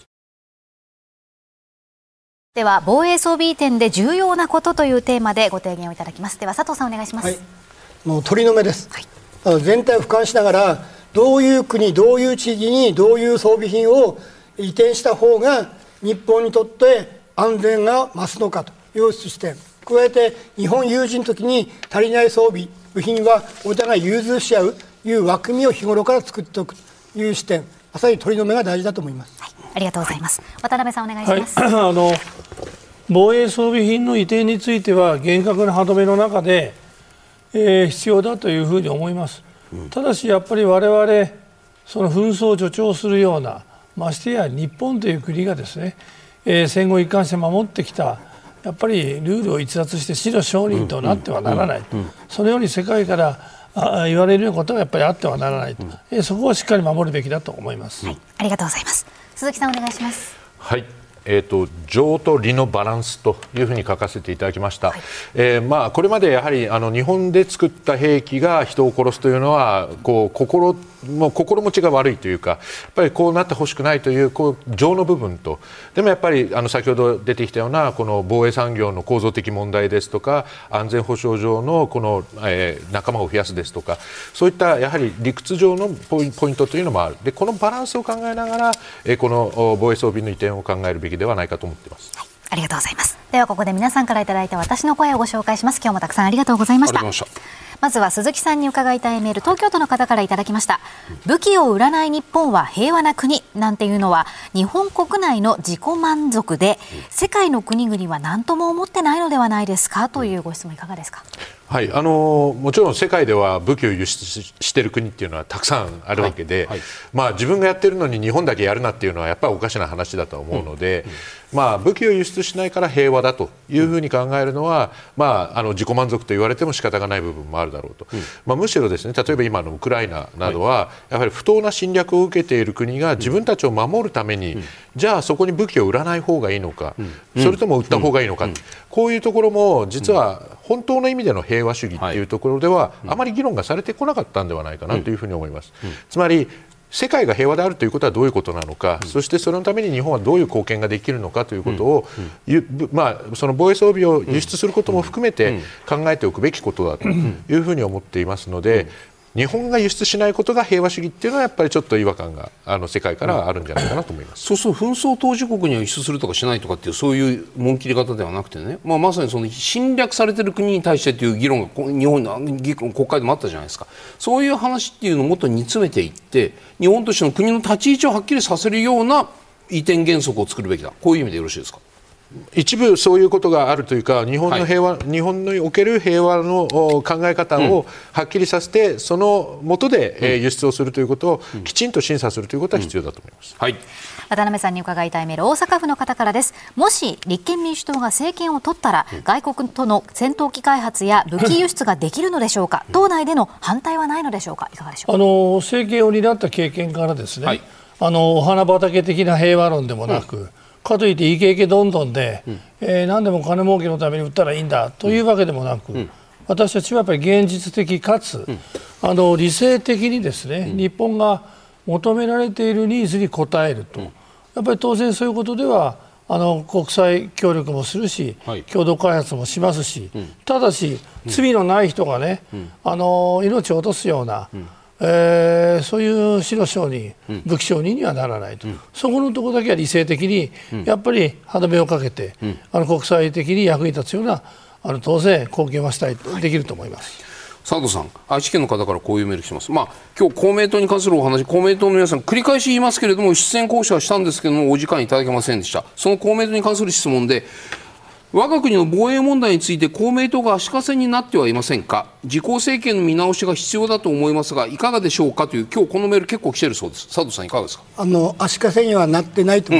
[SPEAKER 1] では防衛装備移転で重要なことというテーマでご提言をいただきます。では佐藤さんお願いします。
[SPEAKER 2] はい、もう鳥の目です、はい、全体を俯瞰しながらどういう国どういう地域にどういう装備品を移転した方が日本にとって安全が増すのかという視点、加えて日本有事の時に足りない装備部品はお互い融通し合うという枠組みを日頃から作っておくという視点、まさに鳥の目が大事だと思います。
[SPEAKER 1] はい、ありがとうございます。渡辺さんお願いします。
[SPEAKER 4] はい、あの防衛装備品の移転については厳格な歯止めの中で、えー、必要だというふうに思います。うん、ただしやっぱり我々その紛争を助長するような、ましてや日本という国がですね、えー、戦後一貫して守ってきたやっぱりルールを逸脱して死の商人となってはならない、うんうんうん、そのように世界からあ言われるようなことがやっぱりあってはならないと、うん、えー、そこをしっかり守るべきだと思います。
[SPEAKER 1] はい、ありがとうございます。鈴木さんお願いします。
[SPEAKER 5] はい、えーと、情と理のバランスというふうに書かせていただきました。はい、えーまあ、これまでやはりあの日本で作った兵器が人を殺すというのはこう 心, もう心持ちが悪いというか、やっぱりこうなってほしくないという、こう情の部分と、でもやっぱりあの先ほど出てきたようなこの防衛産業の構造的問題ですとか、安全保障上のこの、えー、仲間を増やすですとか、そういったやはり理屈上のポイントというのもある。でこのバランスを考えながら、えー、この防衛装備の移転を考えるべきではないかと思っています。
[SPEAKER 1] はい、ありがとうございます。ではここで皆さんからいただいた私の声をご紹介します。今日もたくさんありがとうございました。まずは鈴木さんに伺いたいメール、東京都の方からいただきました。武器を売らない日本は平和な国なんていうのは日本国内の自己満足で、世界の国々は何とも思ってないのではないですか、というご質問いかがですか。
[SPEAKER 5] はい、あのもちろん世界では武器を輸出している国っていうのはたくさんあるわけで、はいはい、まあ、自分がやってるのに日本だけやるなっていうのはやっぱりおかしな話だと思うので、うんうん、まあ、武器を輸出しないから平和だというふうに考えるのは、まあ、あの自己満足と言われても仕方がない部分もあるだろうと、うん、まあ、むしろですね、例えば今のウクライナなどはやはり不当な侵略を受けている国が自分たちを守るために、うん、じゃあそこに武器を売らない方がいいのか、うん、それとも売った方がいいのか、うん、こういうところも実は本当の意味での平和主義っていうところではあまり議論がされてこなかったんではないかなというふうに思います。つまり世界が平和であるということはどういうことなのか、うん、そしてそれのために日本はどういう貢献ができるのかということを、うんうん、まあ、その防衛装備を輸出することも含めて考えておくべきことだというふうに思っていますので、日本が輸出しないことが平和主義っていうのはやっぱりちょっと違和感があの世界からはあるんじゃないかなと思います。
[SPEAKER 3] そうすると紛争当事国には輸出するとかしないとかっていうそういう紋切り方ではなくてね、まあ、まさにその侵略されている国に対してという議論が日本の国会でもあったじゃないですか。そういう話っていうのをもっと煮詰めていって日本としての国の立ち位置をはっきりさせるような移転原則を作るべきだ、こういう意味でよろしいですか。
[SPEAKER 5] 一部そういうことがあるというか、日本の平和、はい、日本における平和の考え方をはっきりさせて、うん、その下で、うん、えー、輸出をするということをきちんと審査するということは必要だと思います。
[SPEAKER 3] うん、はい、
[SPEAKER 1] 渡辺さんに伺いたいメール、大阪府の方からです。もし立憲民主党が政権を取ったら、うん、外国との戦闘機開発や武器輸出ができるのでしょうか。党内での反対はないのでしょうか。いかがでしょうか。
[SPEAKER 4] あの政権を担った経験からですね、はい、あのお花畑的な平和論でもなく、うん、かといってイケイケどんどんで、うん、えー、何でも金儲けのために売ったらいいんだというわけでもなく、うん、私たちはやっぱり現実的かつ、うん、あの理性的にですね、うん、日本が求められているニーズに応えると、うん、やっぱり当然そういうことではあの国際協力もするし、はい、共同開発もしますし、うん、ただし、うん、罪のない人がね、うん、あの命を落とすような、うん、えー、そういう死の商人、うん、武器商人にはならないと、うん、そこのところだけは理性的に、うん、やっぱり歯止めをかけて、うん、あの国際的に役に立つようなあの当然貢献はしたい、はい、できると思います。
[SPEAKER 3] 佐藤さん、愛知県の方からこういうメール来てます。まあ、今日公明党に関するお話、公明党の皆さん繰り返し言いますけれども、出演交渉はしたんですけれどもお時間いただけませんでした。その公明党に関する質問で、我が国の防衛問題について公明党が足かせになってはいませんか。自公政権の見直しが必要だと思いますがいかがでしょうかという、今日このメール結構来てるそうです。佐藤さんいかがですか。
[SPEAKER 2] あの足かせにはなってないと思います。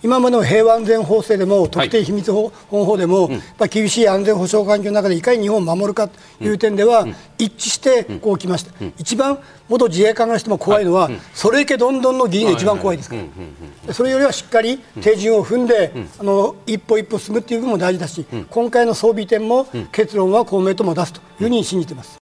[SPEAKER 2] 今までの平和安全法制でも特定秘密保護法でも、やっぱ厳しい安全保障環境の中でいかに日本を守るかという点では一致してこう来ました。一番元自衛官からしても怖いのは、それいけどんどんの議員が一番怖いですから、それよりはしっかり手順を踏んで、あの一歩一歩進むという部分も大事だし、今回の装備点も結論は公明党も出すというふうに信じています。